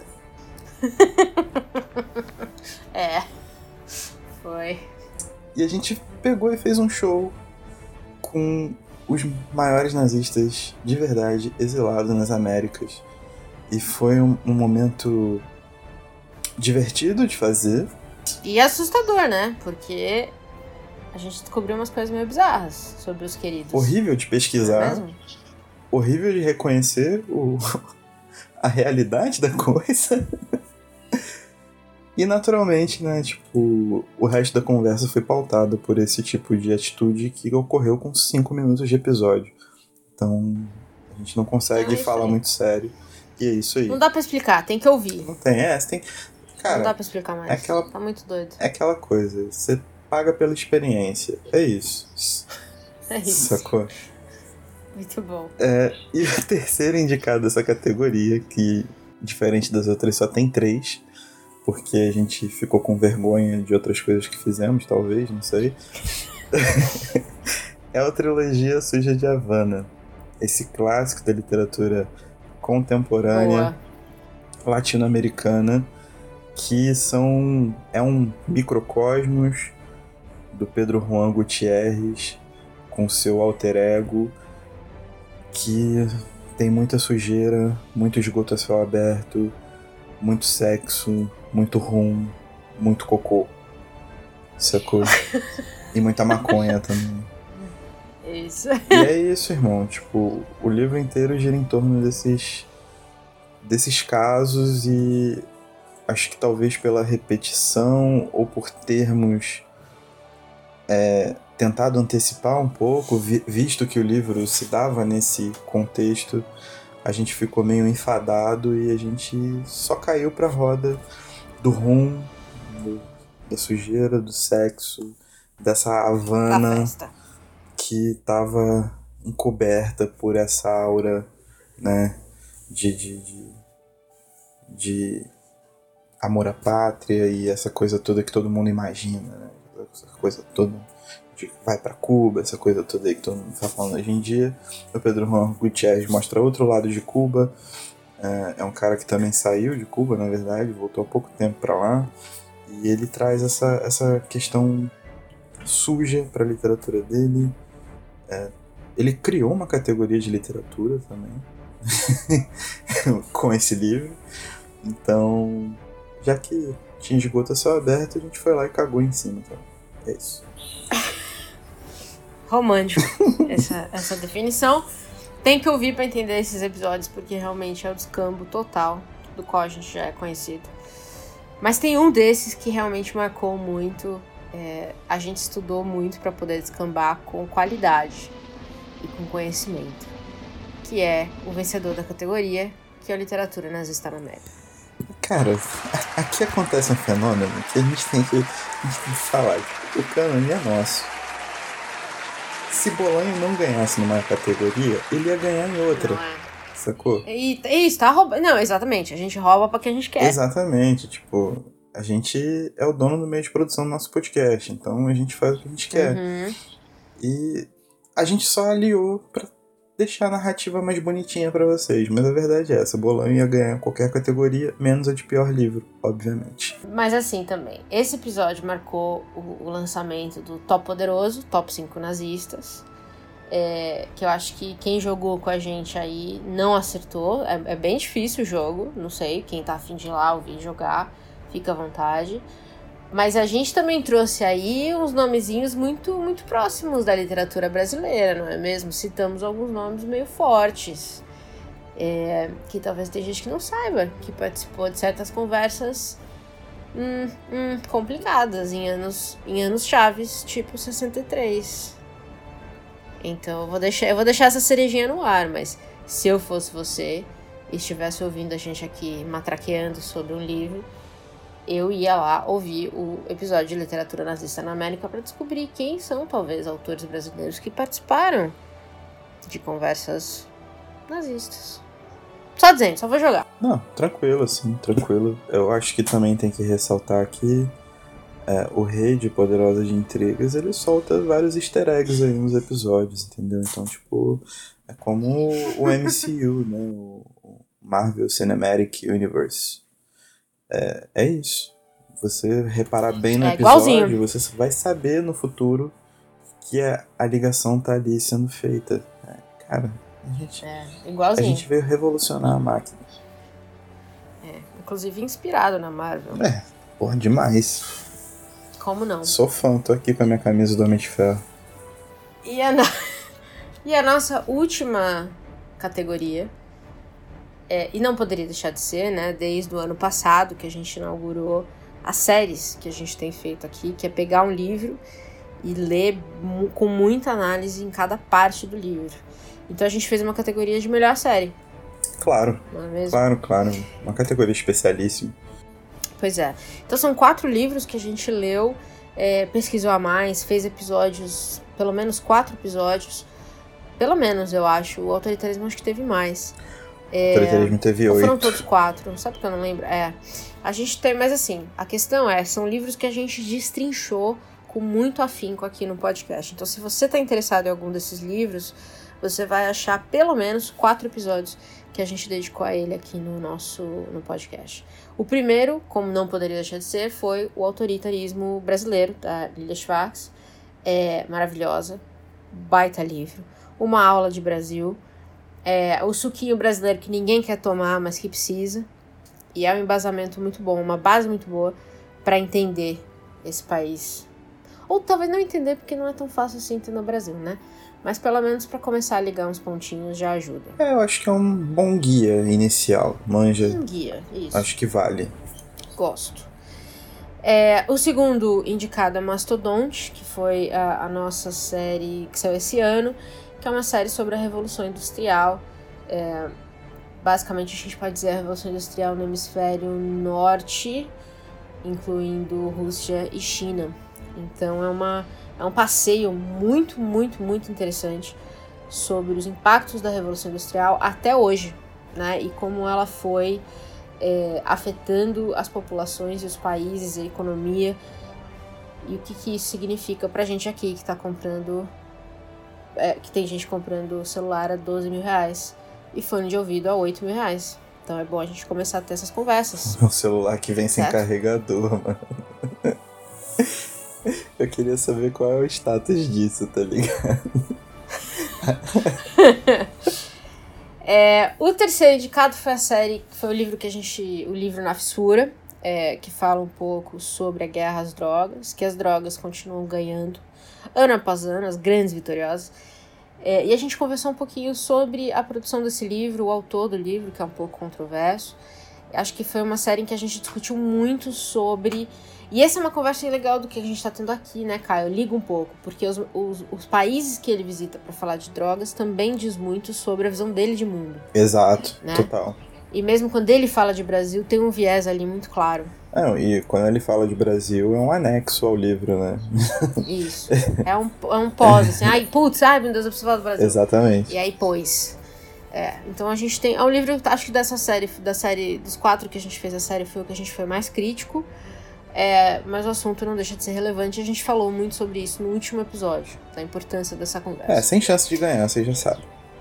É. Foi. E a gente pegou e fez um show com os maiores nazistas de verdade exilados nas Américas. E foi um, um momento divertido de fazer. E assustador, né? Porque a gente descobriu umas coisas meio bizarras sobre os queridos. Horrível de Não é pesquisar. mesmo? Horrível de reconhecer o, a realidade da coisa. E naturalmente, né, tipo, o resto da conversa foi pautado por esse tipo de atitude que ocorreu com cinco minutos de episódio. Então, a gente não consegue é falar aí. muito sério. E é isso aí. Não dá pra explicar, tem que ouvir. Não tem, é, você tem... Cara, não dá pra explicar mais. É aquela, tá muito doido. É aquela coisa, você paga pela experiência. É isso. É isso. Sacou? Muito bom. É, e o terceiro indicado dessa categoria, que diferente das outras só tem três, porque a gente ficou com vergonha de outras coisas que fizemos, talvez, não sei. É a trilogia Suja de Havana. Esse clássico da literatura contemporânea Boa. latino-americana, que são é um microcosmos do Pedro Juan Gutierrez com seu alter ego, que tem muita sujeira, muito esgoto a céu aberto, muito sexo, muito rum, muito cocô, sacou? E muita maconha também. Isso. E é isso, irmão. Tipo, o livro inteiro gira em torno desses, desses casos e acho que talvez pela repetição ou por termos é, tentado antecipar um pouco, vi, visto que o livro se dava nesse contexto, a gente ficou meio enfadado e a gente só caiu pra roda do rum, do, da sujeira, do sexo, dessa Havana da festa. Que estava encoberta por essa aura, né, de, de, de, de amor à pátria e essa coisa toda que todo mundo imagina, né, essa coisa toda de vai pra Cuba, essa coisa toda aí que todo mundo está falando hoje em dia. O Pedro Juan Gutierrez mostra outro lado de Cuba, é, é um cara que também saiu de Cuba, na verdade, voltou há pouco tempo para lá, e ele traz essa, essa questão suja para a literatura dele. É, ele criou uma categoria de literatura também com esse livro. Então, já que tinha esgoto a céu aberto, a gente foi lá e cagou em cima. Então, é isso. Romântico essa, essa definição. Tem que ouvir pra entender esses episódios, porque realmente é o descambo total do qual a gente já é conhecido. Mas tem um desses que realmente marcou muito. É, a gente estudou muito para poder descambar com qualidade e com conhecimento, que é o vencedor da categoria, que é a literatura nazista na América. Cara, aqui acontece um fenômeno que a gente tem que, a gente tem que falar. O cânone é nosso. Se Bolanho não ganhasse numa categoria, ele ia ganhar em outra. Não é. Sacou? E, isso, tá roubando. Não, exatamente. A gente rouba pra quem a gente quer. Exatamente, tipo... A gente é o dono do meio de produção do nosso podcast, então a gente faz o que a gente quer. Uhum. E a gente só aliou pra deixar a narrativa mais bonitinha pra vocês. Mas a verdade é essa, Bolanho ia ganhar qualquer categoria, menos a de pior livro, obviamente. Mas assim também, esse episódio marcou o, o lançamento do Top Poderoso, Top cinco Nazistas. É, que eu acho que quem jogou com a gente aí não acertou. É, é bem difícil o jogo, não sei, quem tá afim de ir lá ouvir jogar, fica à vontade. Mas a gente também trouxe aí uns nomezinhos muito, muito próximos da literatura brasileira, não é mesmo? Citamos alguns nomes meio fortes, é, que talvez tenha gente que não saiba, que participou de certas conversas hum, hum, complicadas em anos, em anos chaves, tipo sessenta e três. Então eu vou, deixar, eu vou deixar essa cerejinha no ar, mas se eu fosse você e estivesse ouvindo a gente aqui matraqueando sobre um livro, eu ia lá ouvir o episódio de literatura nazista na América para descobrir quem são, talvez, autores brasileiros que participaram de conversas nazistas. Só dizendo, só vou jogar. Não, tranquilo, assim, tranquilo. Eu acho que também tem que ressaltar que é, o Rei de Poderosa de Intrigas, ele solta vários easter eggs aí nos episódios, entendeu? Então, tipo, é como o M C U, né? O Marvel Cinematic Universe. É, é isso. Você reparar bem no é episódio, igualzinho. Você vai saber no futuro que a, a ligação tá ali sendo feita. É, cara, a gente, É, a igualzinho. gente veio revolucionar a máquina. É, inclusive inspirado na Marvel. É, porra, demais. Como não? Sou fã, tô aqui com a minha camisa do Homem de Ferro. E a, no... e a nossa última categoria, é, e não poderia deixar de ser, né? Desde o ano passado que a gente inaugurou as séries que a gente tem feito aqui, que é pegar um livro e ler mu- com muita análise em cada parte do livro. Então a gente fez uma categoria de melhor série. Claro, Não é mesmo? claro, claro. Uma categoria especialíssima. Pois é. Então são quatro livros que a gente leu, é, pesquisou a mais, fez episódios, pelo menos quatro episódios. Pelo menos, eu acho. O autoritarismo acho que teve mais. É, O autoritarismo teve ou foram oito. todos quatro, sabe porque eu não lembro? É. A gente tem, mas assim, a questão é, são livros que a gente destrinchou com muito afinco aqui no podcast. Então, se você está interessado em algum desses livros, você vai achar pelo menos quatro episódios que a gente dedicou a ele aqui no nosso no podcast. O primeiro, como não poderia deixar de ser, foi o Autoritarismo Brasileiro, da Lilia Schwartz. É maravilhosa, baita livro. Uma aula de Brasil. É, o suquinho brasileiro que ninguém quer tomar, mas que precisa. E é um embasamento muito bom, uma base muito boa para entender esse país. Ou talvez não entender, porque não é tão fácil assim entender o Brasil, né? Mas pelo menos para começar a ligar uns pontinhos já ajuda. É, eu acho que é um bom guia inicial. Manja. Um guia, isso. Acho que vale. Gosto. É, o segundo indicado é Mastodonte, que foi a, a nossa série que saiu esse ano, que é uma série sobre a Revolução Industrial. É, basicamente, a gente pode dizer a Revolução Industrial no hemisfério norte, incluindo Rússia e China. Então, é, uma, é um passeio muito, muito, muito interessante sobre os impactos da Revolução Industrial até hoje, né? E como ela foi é, afetando as populações e os países, a economia, e o que, que isso significa pra gente aqui que tá comprando... É, que tem gente comprando celular a doze mil reais e fone de ouvido a oito mil reais. Então é bom a gente começar a ter essas conversas. O celular que vem sem Certo. carregador, mano. Eu queria saber qual é o status disso, tá ligado? É, o terceiro indicado foi a série, foi o livro que a gente, o livro Na Fissura, é, que fala um pouco sobre a guerra às drogas, que as drogas continuam ganhando ano após ano, as grandes vitoriosas. É, e a gente conversou um pouquinho sobre a produção desse livro, o autor do livro, que é um pouco controverso. Acho que foi uma série em que a gente discutiu muito sobre... E essa é uma conversa legal do que a gente tá tendo aqui, né, Caio? Liga um pouco, porque os, os, os países que ele visita para falar de drogas também diz muito sobre a visão dele de mundo. Exato, Né? total. E mesmo quando ele fala de Brasil, tem um viés ali muito claro. Não, e quando ele fala de Brasil, é um anexo ao livro, né? Isso. É um, é um pós, assim. Ai, putz, ai, meu Deus, eu preciso falar do Brasil. Exatamente. E aí, pois. É, então a gente tem... É um livro, acho que dessa série, da série, dos quatro que a gente fez a série, foi o que a gente foi mais crítico. É, mas o assunto não deixa de ser relevante. A gente falou muito sobre isso no último episódio, da importância dessa conversa. É, sem chance de ganhar, você já sabe.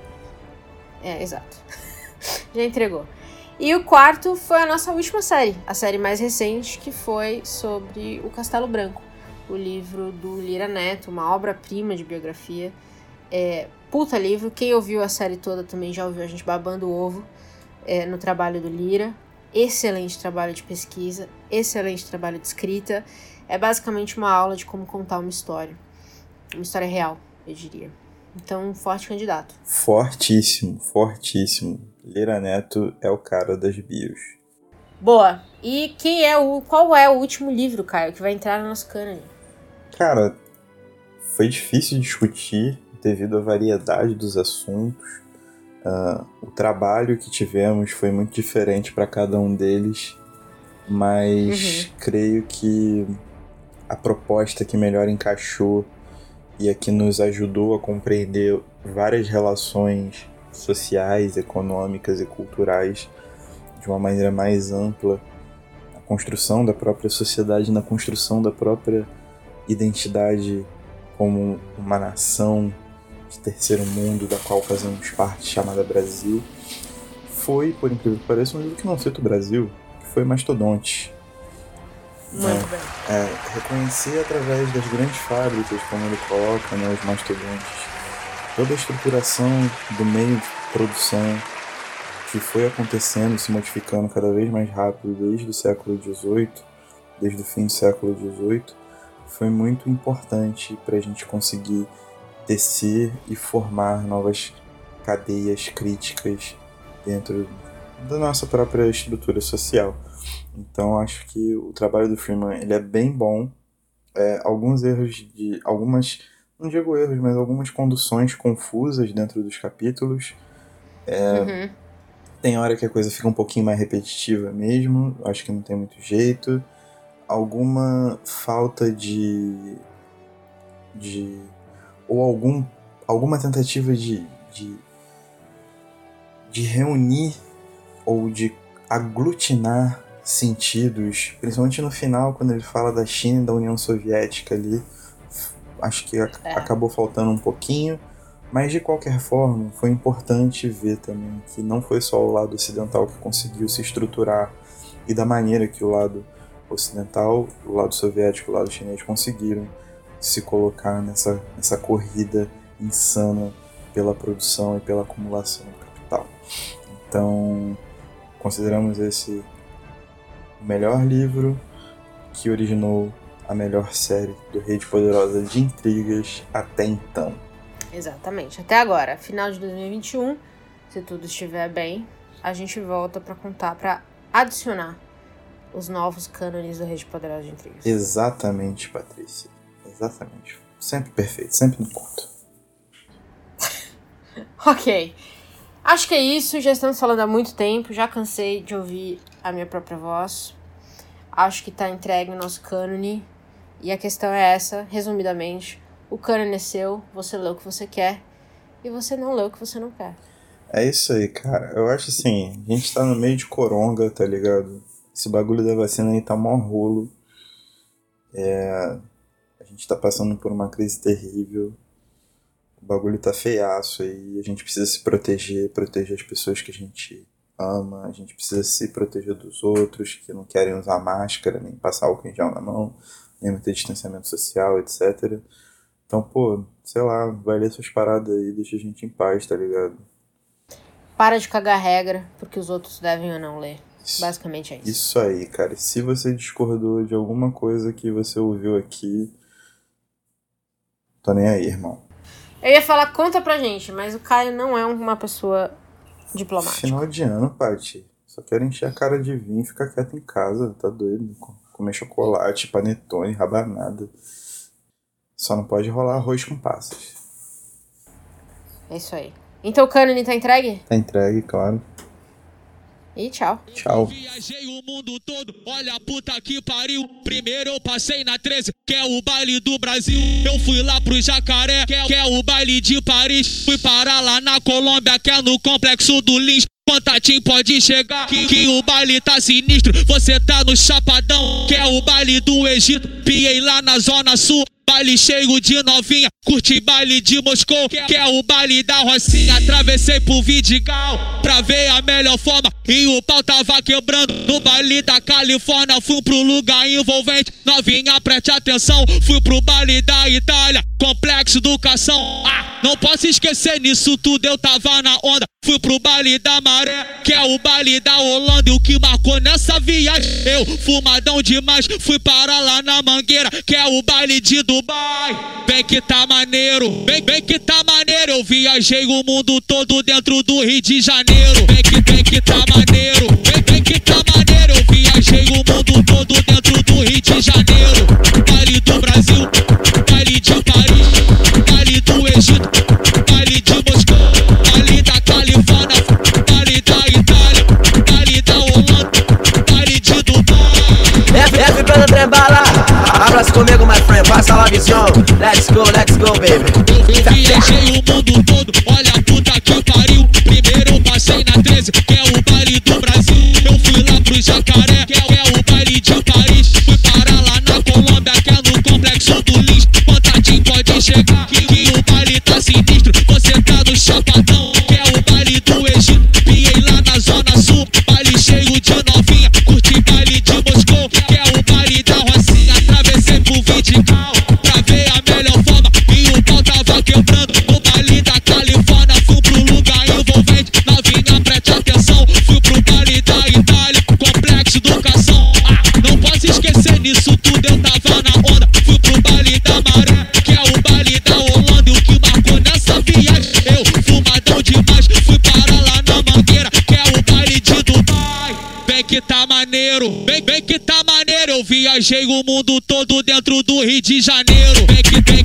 É, exato. Já entregou. E o quarto foi a nossa última série, a série mais recente, que foi sobre o Castelo Branco, o livro do Lira Neto, uma obra-prima de biografia. É, puta livro, quem ouviu a série toda também já ouviu a gente babando o ovo é, no trabalho do Lira. Excelente trabalho de pesquisa, excelente trabalho de escrita. É basicamente uma aula de como contar uma história. Uma história real, eu diria. Então, um forte candidato. Fortíssimo, fortíssimo. Lira Neto é o cara das bios. Boa. E quem é o, qual é o último livro, Caio, que vai entrar no nosso cânone? Cara, foi difícil discutir devido à variedade dos assuntos. Uh, o trabalho que tivemos foi muito diferente para cada um deles, mas uhum. creio que a proposta que melhor encaixou e a que nos ajudou a compreender várias relações sociais, econômicas e culturais de uma maneira mais ampla, a construção da própria sociedade, na construção da própria identidade como uma nação de terceiro mundo da qual fazemos parte, chamada Brasil, foi, por incrível que pareça, um livro que não cita o Brasil, que foi Mastodonte. Muito é, bem. É, reconhecer através das grandes fábricas, como ele coloca, né, os mastodontes, toda a estruturação do meio de produção que foi acontecendo, se modificando cada vez mais rápido desde o século dezoito, desde o fim do século dezoito, foi muito importante para a gente conseguir tecer e formar novas cadeias críticas dentro da nossa própria estrutura social. Então acho que o trabalho do Freeman ele é bem bom. É, alguns erros de... algumas... não digo erros, mas algumas conduções confusas dentro dos capítulos. É, uhum. Tem hora que a coisa fica um pouquinho mais repetitiva mesmo. Acho que não tem muito jeito. Alguma falta de... de ou algum, alguma tentativa de, de, de reunir ou de aglutinar sentidos, principalmente no final, quando ele fala da China e da União Soviética ali, acho que a, é. acabou faltando um pouquinho, mas de qualquer forma foi importante ver também que não foi só o lado ocidental que conseguiu se estruturar e da maneira que o lado ocidental, o lado soviético e o lado chinês conseguiram se colocar nessa, nessa corrida insana pela produção e pela acumulação do capital. Então, consideramos esse o melhor livro que originou a melhor série do Rede Poderosa de intrigas até então. Exatamente, até agora, final de dois mil e vinte e um, se tudo estiver bem, a gente volta para contar, para adicionar os novos cânones do Rede Poderosa de intrigas. Exatamente, Patrícia. Exatamente. Sempre perfeito, sempre no ponto. Ok. Acho que é isso, já estamos falando há muito tempo, já cansei de ouvir a minha própria voz. Acho que tá entregue o nosso cânone. E a questão é essa, resumidamente. O cânone é seu, você lê o que você quer, e você não lê o que você não quer. É isso aí, cara. Eu acho assim, a gente tá no meio de coronga, tá ligado? Esse bagulho da vacina aí tá mó rolo. É... A gente tá passando por uma crise terrível. O bagulho tá feiaço aí. A gente precisa se proteger, proteger as pessoas que a gente ama. A gente precisa se proteger dos outros que não querem usar máscara, nem passar álcool em gel na mão, nem manter distanciamento social, etcétera. Então, pô, sei lá, vai ler suas paradas aí, deixa a gente em paz, tá ligado? Para de cagar regra, porque os outros devem ou não ler. Isso, basicamente é isso. Isso aí, cara. E se você discordou de alguma coisa que você ouviu aqui, tô nem aí, irmão. Eu ia falar, conta pra gente, mas o Caio não é uma pessoa diplomática. Final de ano, Paty. Só quero encher a cara de vinho e ficar quieto em casa, tá doido? Comer chocolate, panetone, rabanada. Só não pode rolar arroz com passas. É isso aí. Então o cânone tá entregue? Tá entregue, claro. E tchau. Tchau. Viajei o mundo todo, olha a puta que pariu. Primeiro eu passei na treze, que é o baile do Brasil. Eu fui lá pro Jacaré, que é, que é o baile de Paris. Fui parar lá na Colômbia, que é no complexo do Lins. Contatinho pode chegar, que, que o baile tá sinistro. Você tá no Chapadão, que é o baile do Egito. Piei lá na Zona Sul, baile cheio de novinha. Curti baile de Moscou, que é o baile da Rocinha. Atravessei pro Vidigal pra ver a melhor forma, e o pau tava quebrando no baile da Califórnia. Fui pro lugar envolvente, novinha preste atenção. Fui pro baile da Itália, complexo educação. Ah, não posso esquecer nisso tudo, eu tava na onda. Fui pro baile da Maré, que é o baile da Holanda. E o que marcou nessa viagem, eu fumadão demais. Fui parar lá na Mangueira, que é o baile de Dubai. Bem que tá maneiro, bem, bem que tá maneiro. Eu viajei o mundo todo dentro do Rio de Janeiro. Bem que, bem que tá maneiro, bem, bem que tá maneiro. Eu viajei o mundo todo dentro do Rio de Janeiro. Baile do Brasil, baile de Paris, baile do Egito, baile de Moscou, baile da Califórnia, baile da Itália, baile da Holanda, baile de Dubai. F, F pelo trem bala, abraça comigo, my friend, passa lá visão. Let's go, let's go, baby. Viajei o mundo todo, olha a puta que pariu. Primeiro eu passei na treze, que é o baile do Brasil. Eu fui lá pro Jacaré, que é, que é o baile de Paris. Fui parar lá na Colômbia, que é no complexo do Lins. Contatinho pode chegar, que, que o baile tá sinistro. Você tá no Chapadão, que é o baile do Egito. Piei lá na Zona Sul, baile cheio de novinha. Curti baile de Moscou, que é o baile da Rocinha. Atravessei pro Vidigal pra ver a melhor forma, e o pau tava quebrando no baile da Califórnia. Fui pro lugar envolvente, novinha preste atenção. Fui pro baile da Itália, complexo educação. Ah, não posso esquecer nisso tudo, eu tava na onda. Fui pro baile da Maré, que é o baile da Viajei o mundo todo dentro do Rio de Janeiro. Vem que vem